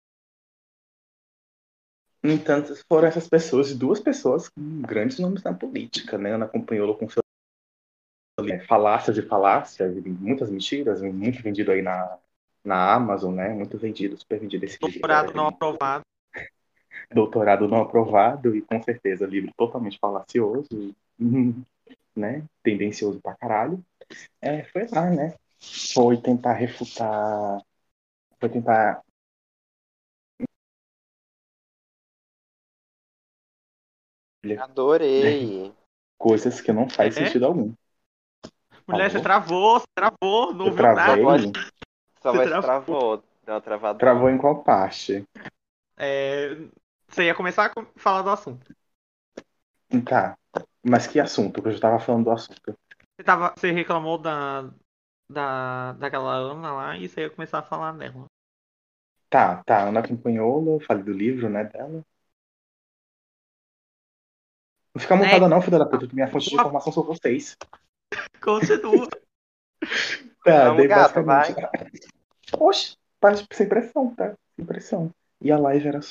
No entanto, foram essas pessoas, duas pessoas com grandes nomes na política, né? Ana Companholo com seus falácias e falácias, e muitas mentiras, muito vendido aí na Amazon, né? Muito vendido, super vendido esse livro dela. Doutorado não aprovado. Doutorado não aprovado e com certeza livro totalmente falacioso, né? Tendencioso pra caralho. Foi lá, né? Foi tentar refutar, foi tentar né, Adorei. coisas que não faz É? sentido algum. Mulher, Alô? você travou, não Eu ouviu Sua nada. travei? voz, sua Você voz travou. travou. Deu uma Travou travadona. em qual parte? É, você ia começar a falar do assunto. Tá. Mas que assunto? Que eu já tava falando do assunto. Você reclamou daquela Ana lá e você ia começar a falar dela. Tá, Ana Campanholo, falei do livro, né, dela. Não fica É, mutada não, filha da puta, que minha fonte de informação são vocês. continua. Tá, Vamos, daí gata, basicamente. vai. Oxe, sem pressão, tá? Sem pressão. E a live era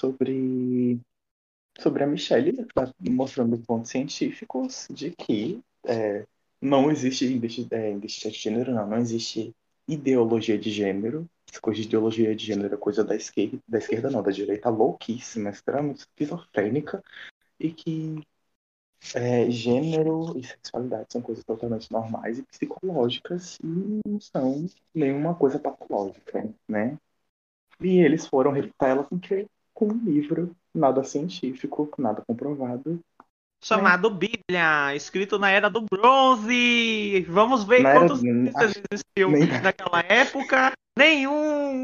sobre a Michelle, tá mostrando pontos científicos de que Não existe identidade de gênero, não. Não existe ideologia de gênero. Essa coisa de ideologia de gênero é coisa da esquerda não, da direita louquíssima, extremamente esquizofrênica, e que gênero e sexualidade são coisas totalmente normais e psicológicas e não são nenhuma coisa patológica, né? E eles foram refutar ela com um livro, nada científico, nada comprovado, né? Chamado Bíblia, escrito na Era do Bronze. Vamos ver Na era. quantos cientistas existiu Nem, naquela época. Nenhum!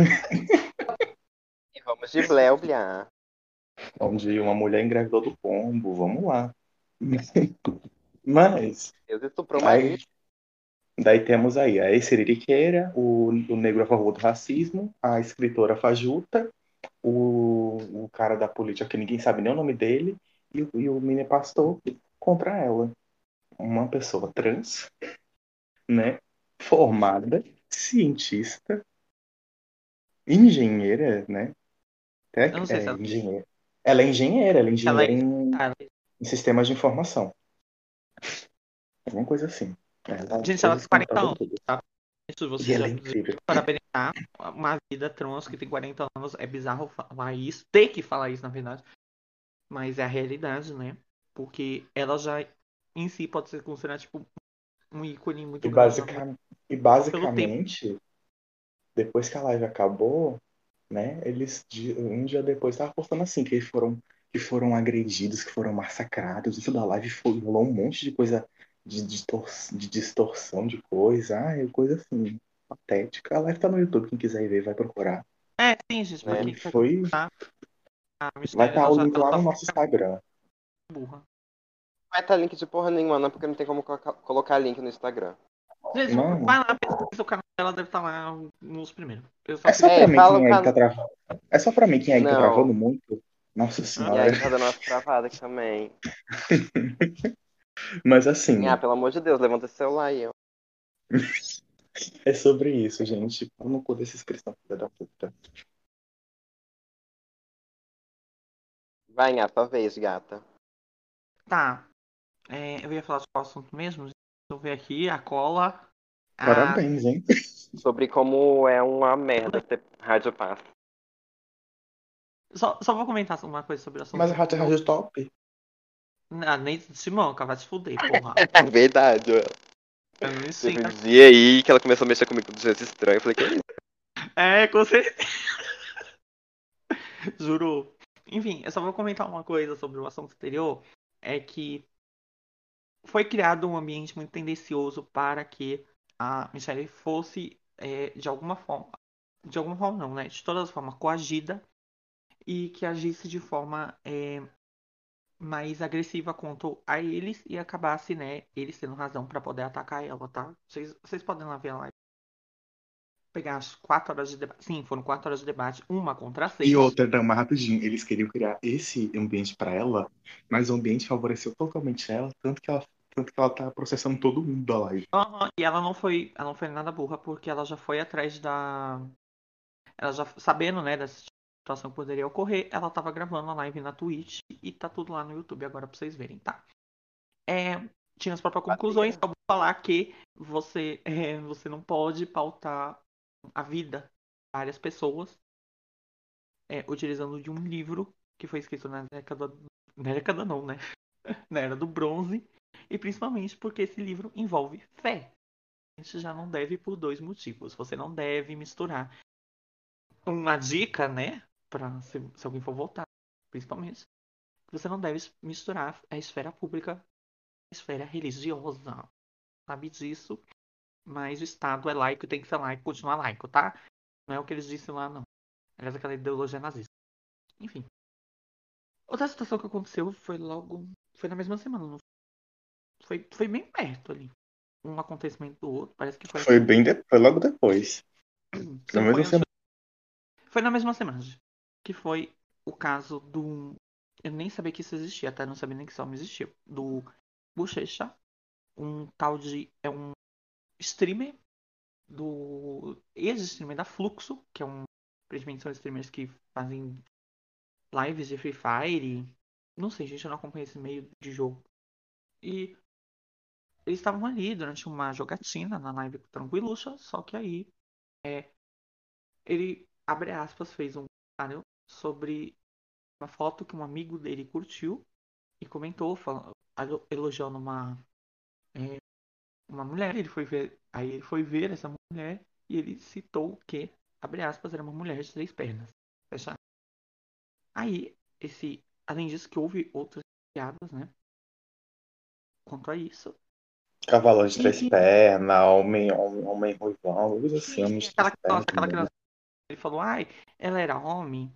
E vamos de Blé-Blá. onde uma mulher engravidou do pombo, vamos lá. Mas, Deus estuprou Maria. aí, daí temos aí a ex-siririqueira, o negro a favor do racismo, a escritora fajuta, o cara da política que ninguém sabe nem o nome dele, e o mini pastor contra ela. Uma pessoa trans, né? Formada, cientista, engenheira, né? Eu não sei se ela, Engenheira. Ela é ela engenheira é. em sistemas de informação. Alguma coisa assim. Ela Gente, ela fez tem esse 40 computador anos, todo. tá? Isso E você ela já é incrível. parabenizar uma vida trans que tem 40 anos. É bizarro falar isso, ter que falar isso, na verdade. Mas é a realidade, né? Porque ela já em si pode ser considerada tipo um ícone E, muito grande na basica- e só pelo tempo. basicamente, depois que a live acabou, né? Um dia depois estavam postando assim, que foram agredidos, que foram massacrados. Isso da live rolou um monte de coisa de distorção de coisa. Coisa assim, patética. A live tá no YouTube, quem quiser ir ver, vai procurar. É, sim, gente, pra Né? E quem quer foi. comentar, a Vai Michelle estar o link ela lá só no foi nosso Instagram. burra. Vai estar link de porra nenhuma, não, porque não tem como colocar link no Instagram. Gente, Não. vai lá, pesquisa, o canal dela deve estar lá nos primeiros. Eu só É só queria pra É, mim fala quem o aí tá canal. travando. É só pra mim quem aí tá Não. travando muito. Nossa E senhora. aí tá dando umas travadas aqui também. Mas Ah, assim, pelo amor de Deus, levanta esse celular aí, ó. é sobre isso, gente. Eu não cu desses cristãos, filha da puta. Vai, Nha, tua vez, gata. Tá, eu ia falar sobre o assunto mesmo. Deixa eu ver aqui, a cola. A... Parabéns, hein? Sobre como é uma merda ter rádio pass. Só vou comentar uma coisa sobre o assunto Mas a Rádio anterior. Rádio Top. Ah, nem Simonca, vai se fuder, porra. É verdade, ó. Eu não Teve um ensino. dia aí que ela começou a mexer comigo do jeito estranho. Eu falei, que é isso? É, com certeza. Juro. Enfim, eu só vou comentar uma coisa sobre o assunto anterior. É que foi criado um ambiente muito tendencioso para que a Michelle fosse, de alguma forma não, né? De todas as formas, coagida e que agisse de forma mais agressiva quanto a eles e acabasse, né, eles tendo razão para poder atacar ela, tá? Vocês podem lá ver a live. Pegar as 4 horas de debate. Sim, foram 4 horas de debate, uma contra E 6. outra, não, mas rapidinho, eles queriam criar esse ambiente pra ela, mas o ambiente favoreceu totalmente ela, tanto que ela tá processando todo mundo da live. Uhum. E ela não foi nada burra, porque ela já foi atrás da. Ela já sabendo, né, dessa situação que poderia ocorrer, ela tava gravando a live na Twitch e tá tudo lá no YouTube agora pra vocês verem, tá? Tinha as próprias conclusões, só vou falar que você não pode pautar a vida de várias pessoas utilizando de um livro que foi escrito na década. Na década não, né? Na era do bronze. E principalmente porque esse livro envolve fé. A gente já não deve por dois motivos. Você não deve misturar. Uma dica, né? Pra se alguém for votar, principalmente. Você não deve misturar a esfera pública com a esfera religiosa. Sabe disso? Mas o Estado é laico e tem que ser laico e continuar laico, tá? Não é o que eles disseram lá, não. Aliás, aquela ideologia nazista. Enfim. Outra situação que aconteceu foi logo. Foi na mesma semana. Não foi bem perto ali. Um acontecimento do outro. Parece que foi Foi assim. foi logo depois. Se Na não foi mesma antes. semana. Foi na mesma semana. Que foi o caso do. Eu nem sabia que isso existia, até não sabia nem que isso não existia. Do Bochecha. Um tal de. É um streamer. Do. Ex-streamer da Fluxo. Que é um. Aparentemente são streamers que fazem lives de Free Fire. Não sei, gente, eu não acompanho esse meio de jogo. E eles estavam ali durante uma jogatina na live tranquiluxa, só que aí ele, abre aspas, fez um comentário sobre uma foto que um amigo dele curtiu e comentou, elogiando uma mulher. Aí ele foi ver essa mulher e ele citou que, abre aspas, era uma mulher de 3 pernas. Fecha. Aí, além disso, que houve outras piadas, né? Quanto a isso. Cavalo de três E pernas, homem ruivão, coisa assim, homem de três pernas aquela também. criança, ele falou, ai, ela era homem.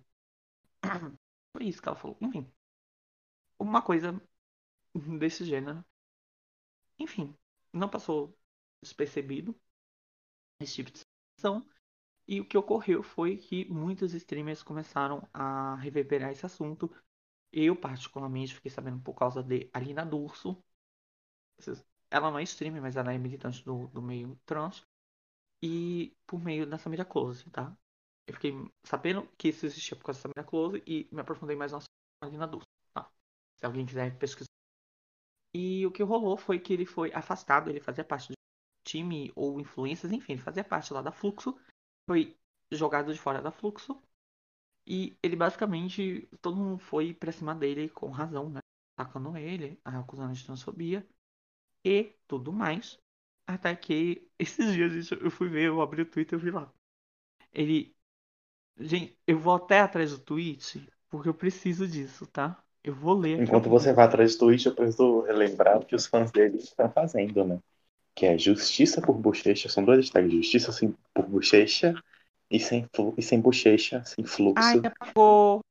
Foi isso que ela falou. Enfim, uma coisa desse gênero. Enfim, não passou despercebido esse tipo de situação. E o que ocorreu foi que muitos streamers começaram a reverberar esse assunto. Eu, particularmente, fiquei sabendo por causa de Alina D'Urso. Ela não é streamer, mas ela é militante do meio trans. E por meio da Samira Close, tá? Eu fiquei sabendo que isso existia por causa da Samira Close e me aprofundei mais na Alina D'Urso, tá? Se alguém quiser pesquisar. E o que rolou foi que ele foi afastado, ele fazia parte do time ou influências, enfim, ele fazia parte lá da Fluxo. Foi jogado de fora da Fluxo. E ele basicamente, todo mundo foi pra cima dele com razão, né? Atacando ele, acusando de transfobia e tudo mais. Até que esses dias eu fui ver, eu abri o Twitter e eu vi lá. Ele. Gente, eu vou até atrás do tweet, porque eu preciso disso, tá? Eu vou ler aqui Enquanto algum. você vai atrás do Twitch, eu preciso relembrar o que os fãs dele estão fazendo, né? Que é justiça por bochecha, são duas hashtags, justiça por bochecha e sem bochecha, sem Ai, fluxo, apagou.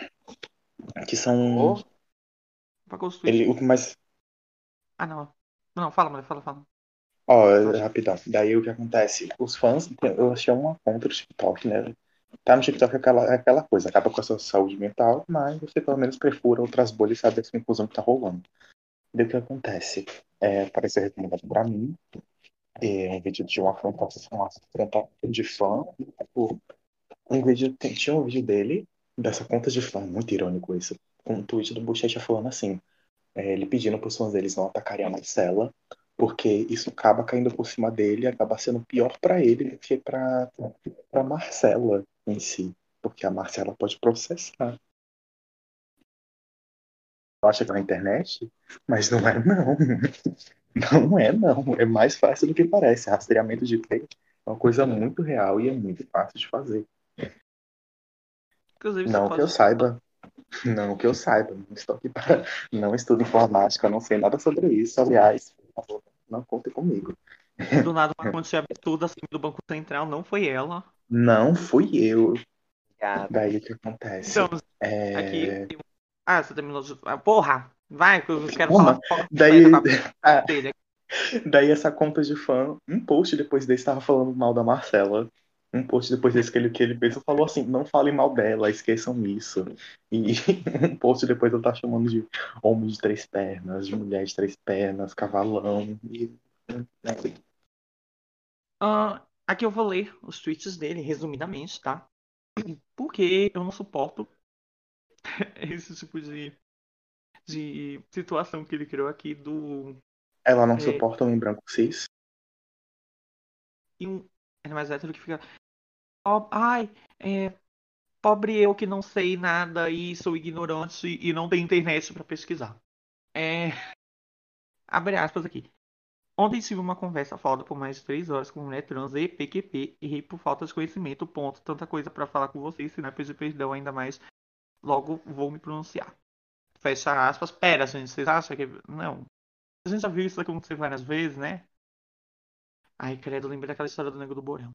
que são Oh, Apagou os tweets. ele o que mais, Ah, não. Não, fala, mulher, fala. ó, Eu acho. rapidão. Daí o que acontece? Os fãs, eu achei uma conta do TikTok, né? Tá no TikTok aquela coisa, acaba com a sua saúde mental, mas você pelo menos perfura outras bolhas e sabe essa inclusão que tá rolando. Daí o que acontece? Apareceu recomendado pra mim, um vídeo de uma afronta de fã. Tipo, tinha um vídeo dele, dessa conta de fã, muito irônico isso, com um tweet do Bochecha falando assim, ele pedindo pros fãs deles não atacarem a Marcela, porque isso acaba caindo por cima dele, acaba sendo pior pra ele do que pra Marcela em si, porque a Marcela pode processar. Acha que é na internet? Mas não é não. Não é não. É mais fácil do que parece. Rastreamento de fake é uma coisa muito real e é muito fácil de fazer. Inclusive, você Não que eu pode. saiba. Não que eu saiba. Não estou aqui para. Não estudo informática, não sei nada sobre isso. Aliás, por favor, não contem comigo. Do nada, uma quantia absurda assim do Banco Central, não foi ela. Não fui eu. obrigada. Daí o que acontece? Então, aqui. Ah, você terminou de. Ah, porra! Vai, que eu quero falar Calma. fofoca completa Daí, com a dele. daí essa conta de fã, um post depois desse estava falando mal da Marcela. Um post depois desse que ele mesmo falou assim, não falem mal dela, esqueçam isso. E um post depois eu tava chamando de homem de 3 pernas, de mulher de 3 pernas, cavalão. Aqui eu vou ler os tweets dele, resumidamente, tá? Porque eu não suporto esse tipo de situação que ele criou aqui do. Ela não É, suporta um branco cis. e um. É mais hétero que fica. Ai, pobre eu que não sei nada e sou ignorante e não tenho internet pra pesquisar. É, abre aspas aqui. Ontem tive uma conversa foda por mais de 3 horas com mulher trans e PQP e ri por falta de conhecimento, ponto. Tanta coisa pra falar com vocês, se não é pedir perdão ainda mais, logo vou me pronunciar. Fecha aspas. Pera, gente, vocês acham que... Não. A gente já viu isso acontecer várias vezes, né? Ai, credo, lembrei daquela história do Nego do Borel.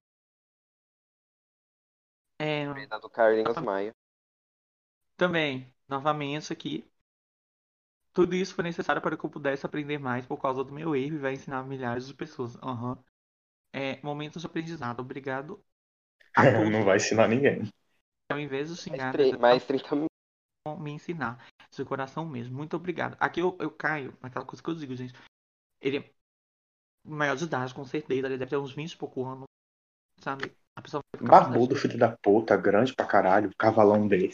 É, Pena do Carlinhos Maia. também, novamente aqui. Tudo isso foi necessário para que eu pudesse aprender mais por causa do meu erro e vai ensinar milhares de pessoas. Aham. Momentos de aprendizado. Obrigado a todos. Não vai ensinar ninguém. Ao invés de Mais, xingar, mais 30 minutos. me ensinar. De coração mesmo. Muito obrigado. Aqui eu caio naquela coisa que eu digo, gente. Ele é maior de idade, com certeza. Ele deve ter uns 20 e pouco anos, sabe? A pessoa vai ficar com Barbudo, filho da puta, grande pra caralho, cavalão desse.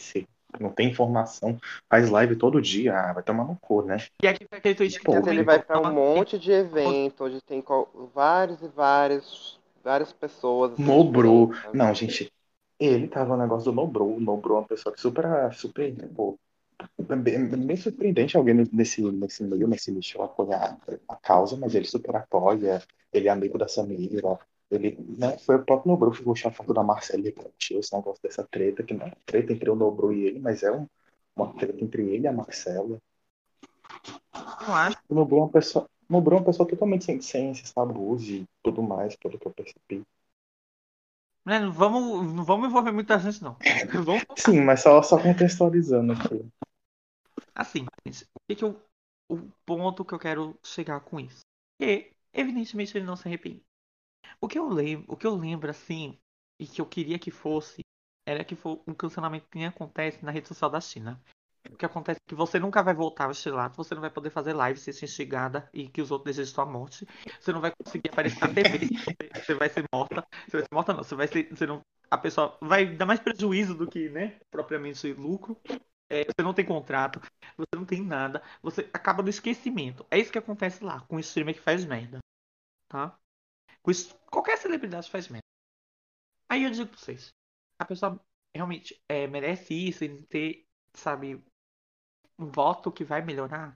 não tem informação, faz live todo dia, vai tomar no cu, né? E aqui foi aquele tweet que Pô, Mas ele comentou. vai pra um monte de evento onde tem vários e várias pessoas assim Nobro. diferentes, sabe? Não, gente, ele tava no negócio do Nobro. O Nobro é uma pessoa que super, pô, bem surpreendente alguém nesse meio, nesse nicho, apoiar a causa, mas ele super apoia, ele é amigo da Samira, ele, né, foi o próprio Nobru que puxou a foto da Marcela e garantiu esse negócio dessa treta, que não é treta entre o Nobru e ele, mas é uma treta entre ele e a Marcela. Eu acho. O Nobru é uma pessoa totalmente sem esses tabus e tudo mais, pelo que eu percebi. Né, não vamos envolver muita gente, não. Vamos focar. Sim, mas só contextualizando aqui. Assim, gente, o ponto que eu quero chegar com isso? Porque, evidentemente, ele não se arrepende. O que eu lembro, assim, e que eu queria que fosse, era que foi um cancelamento que nem acontece na rede social da China. O que acontece é que você nunca vai voltar ao estrelato, você não vai poder fazer live sem ser instigada e que os outros desejam sua morte. Você não vai conseguir aparecer na TV, você vai ser morta. Você vai ser morta, não. Você vai ser. Você não, a pessoa vai dar mais prejuízo do que, né, propriamente lucro. Você não tem contrato, você não tem nada, você acaba no esquecimento. É isso que acontece lá com o streamer que faz merda, tá? Qualquer celebridade faz merda. Aí eu digo pra vocês, a pessoa realmente merece isso e ter, sabe, um voto que vai melhorar.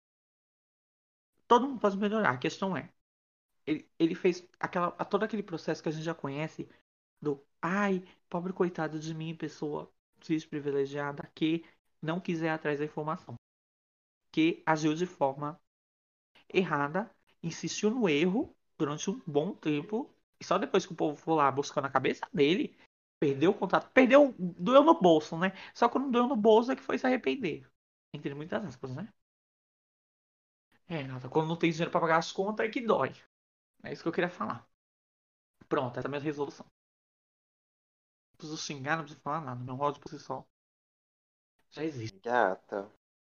Todo mundo pode melhorar. A questão é, ele fez todo aquele processo que a gente já conhece do ai, pobre coitado de mim, pessoa desprivilegiada que não quiser atrás da informação, que agiu de forma errada, insistiu no erro durante um bom tempo e só depois que o povo foi lá buscando a cabeça dele, perdeu o contato, doeu no bolso, né? Só quando doeu no bolso é que foi se arrepender. Entre muitas aspas, né? Nada, quando não tem dinheiro pra pagar as contas é que dói. É isso que eu queria falar. Pronto, essa é a minha resolução. Não preciso xingar, não preciso falar nada. Meu ódio por si só já existe. Gata.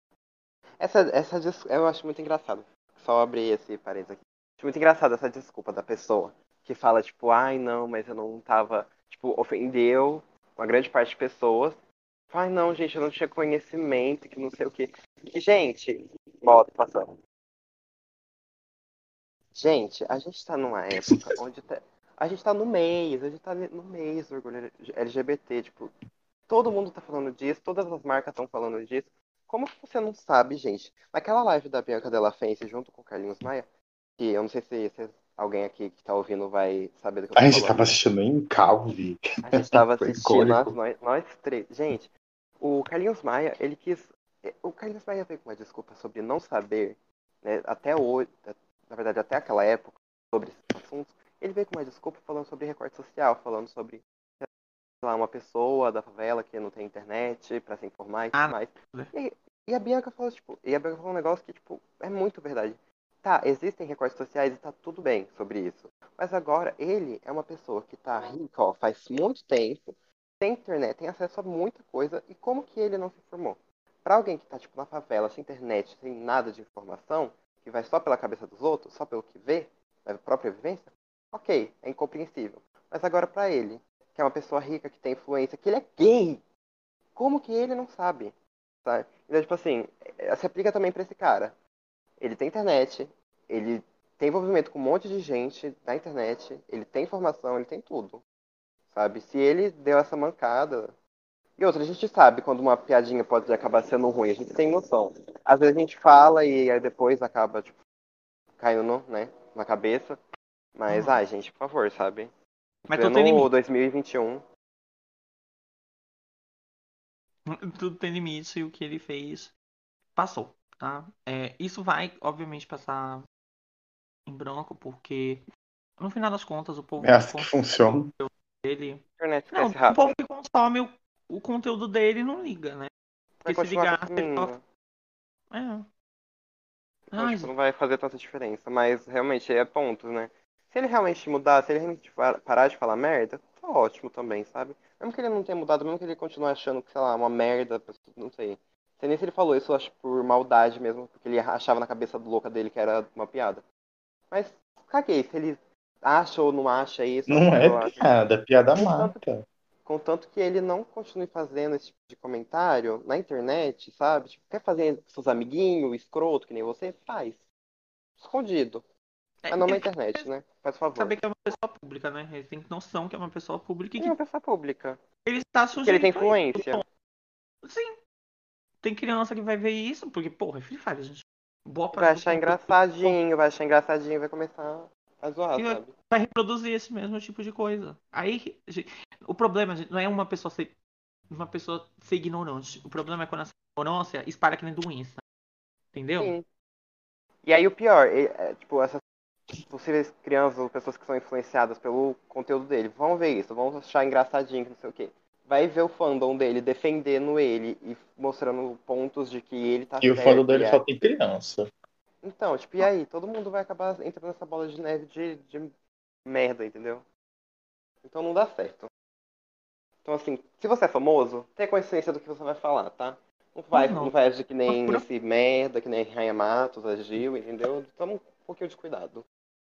Eu acho muito engraçado. Só abrir esse parênteses aqui. Acho muito engraçado essa desculpa da pessoa que fala, tipo, ai não, mas eu não tava. Tipo, ofendeu uma grande parte de pessoas. Ai não, gente, eu não tinha conhecimento, que não sei o quê. E, gente, bota passando. Gente, a gente tá numa época onde a gente tá no mês, a gente tá no mês do orgulho LGBT, tipo, todo mundo tá falando disso, todas as marcas estão falando disso. Como que você não sabe, gente? Naquela live da Bianca Della Fence junto com o Carlinhos Maia, que eu não sei se alguém aqui que tá ouvindo vai saber do que eu tô A gente falando. tava assistindo em calve. A gente tava Foi assistindo, icônico. nós três. Gente, o Carlinhos Maia, ele quis. O Carlinhos Maia veio com uma desculpa sobre não saber, né, até hoje, na verdade, até aquela época, sobre esses assuntos. Ele veio com uma desculpa falando sobre recorte social, falando sobre, sei lá, uma pessoa da favela que não tem internet pra se informar e tudo Ah, mais. não. E a Bianca falou, tipo, um negócio que, tipo, é muito verdade. Tá, existem recortes sociais e tá tudo bem sobre isso. Mas agora, ele é uma pessoa que tá rica, ó, faz muito tempo, tem internet, tem acesso a muita coisa, e como que ele não se informou? Pra alguém que tá, tipo, na favela, sem internet, sem nada de informação, que vai só pela cabeça dos outros, só pelo que vê, da própria vivência, ok, é incompreensível. Mas agora pra ele, que é uma pessoa rica, que tem influência, que ele é gay, como que ele não sabe? Sabe? Então, tipo assim, se aplica também pra esse cara. Ele tem internet, ele tem envolvimento com um monte de gente na internet, ele tem informação, ele tem tudo, sabe? Se ele deu essa mancada. E outra, a gente sabe quando uma piadinha pode acabar sendo ruim, a gente tem noção. Às vezes a gente fala e aí depois acaba, tipo, caindo né, na cabeça. Mas, Uhum. ai, gente, por favor, sabe? Mas tudo tem Pleno limite. 2021. Tudo tem limite e o que ele fez passou, tá? Isso vai, obviamente, passar em branco, porque no final das contas o povo É que assim que consome funciona. dele. A internet Não, cresce o povo rápido. que consome o conteúdo dele não liga, né? Vai Porque se continuar ligar, ele tava. consumindo. É. Então, Ai, tipo, gente. não vai fazer tanta diferença. Mas, realmente, é pontos, né? Se ele realmente mudar, se ele realmente parar de falar merda, tá ótimo também, sabe? Mesmo que ele não tenha mudado, mesmo que ele continue achando que, sei lá, uma merda, não sei. Sei nem se ele falou isso, eu acho por maldade mesmo, porque ele achava na cabeça do louca dele que era uma piada. Mas, caguei, se ele acha ou não acha isso, Não é eu acho. piada, é piada O tanto, mata. Contanto que ele não continue fazendo esse tipo de comentário na internet, sabe? Tipo, quer fazer com seus amiguinhos, escroto, que nem você, faz. Escondido. Mas não na Ele tem internet, né? Faz que favor. saber que é uma pessoa pública, né? Ele tem noção que é uma pessoa pública e Ele é uma que pessoa pública. ele está Que ele tem sujeito a isso. influência. Sim, tem criança que vai ver isso, porque, porra, é Free Fire, gente. Boa E vai parte do achar conteúdo engraçadinho e vai começar a zoar, e sabe? vai reproduzir esse mesmo tipo de coisa. Aí, o problema, gente, não é uma pessoa ser ignorante. O problema é quando essa ignorância espalha que nem doença. Entendeu? Sim. E aí o pior, tipo, essas possíveis crianças ou pessoas que são influenciadas pelo conteúdo dele vão ver isso, vão achar engraçadinho, não sei o quê. Vai ver o fandom dele defendendo ele e mostrando pontos de que ele tá E o fandom certo. dele só tem criança. Então, tipo, e aí? Todo mundo vai acabar entrando nessa bola de neve de merda, entendeu? Então não dá certo. Então, assim, se você é famoso, tenha consciência do que você vai falar, tá? Não vai agir que nem esse merda, que nem Rainha Matos agiu, entendeu? Toma um pouquinho de cuidado.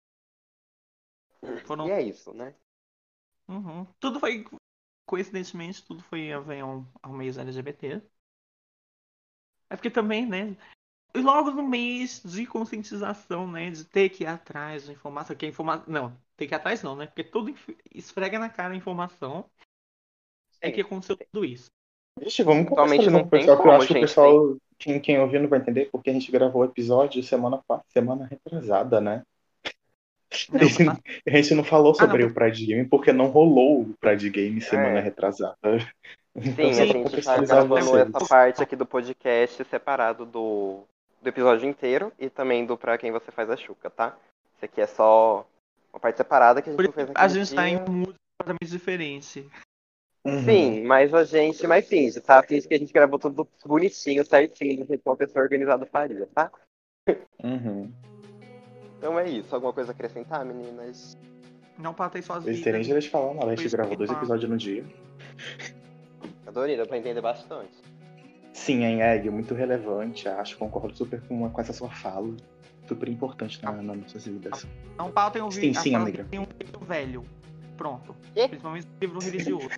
E é isso, né? Uhum. Tudo foi, coincidentemente, tudo foi a ver ao mês LGBT. É porque também, né? E logo no mês de conscientização, né? De ter que ir atrás de informação. Que a informação. Não, ter que ir atrás não, né? Porque tudo esfrega na cara a informação. É que Sim. aconteceu tudo isso. Gente, vamos Atualmente contextualizar não pro tem pessoal, que eu como, acho que o gente. Tem... pessoal, quem ouvir não vai entender, porque a gente gravou o episódio semana retrasada, né? Não, foi A gente não falou Ah, não, sobre o Pride Game porque não rolou o Pride Game semana É. retrasada. Então, Sim, a só pra gente tá contextualizar gravando vocês. essa parte aqui do podcast separado do episódio inteiro e também do Pra Quem Você Faz a Xuca, tá? Isso aqui é só uma parte separada que a gente por não isso que fez a naquele gente tá em dia. um mundo completamente diferente. Uhum, Sim, mas a gente mais finge, tá? Finge que a gente gravou tudo bonitinho, certinho, do jeito que uma pessoa organizada faria, tá? uhum. Então é isso. Alguma coisa a acrescentar, meninas? Não patei suas Eles terem vidas. direito de falar nada, a Foi gente isso gravou que 2 tá. episódios no dia. Adorei, dá pra entender bastante. Sim, a Egg, muito relevante, acho, concordo super com essa sua fala. Super importante nas nossas vidas. Não pautem Sim, a sim, fala amiga. que tem um livro velho. Pronto. Quê? Principalmente livro religioso.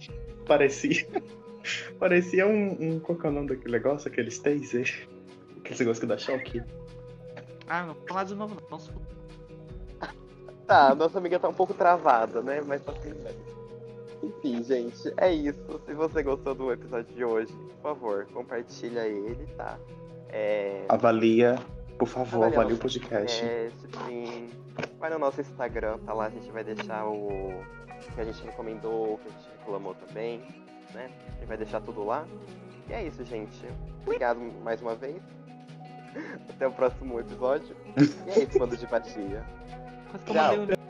Parecia qual que é o nome daquele negócio? Aqueles taser. Aquele negócio que dá choque. Ah, não vou falar de novo, não. Se fuder. Tá, nossa amiga tá um pouco travada, né? Mas tá tudo bem. Enfim, gente, é isso. Se você gostou do episódio de hoje, por favor, compartilha ele, tá? Avalia, por favor, Avalia avalie o nosso podcast. sim. Vai no nosso Instagram, tá lá, a gente vai deixar o que a gente recomendou, o que a gente reclamou também, né? A gente vai deixar tudo lá. E é isso, gente. Obrigado mais uma vez. Até o próximo episódio. E é isso, Bando de Batia. Quase que eu mandei um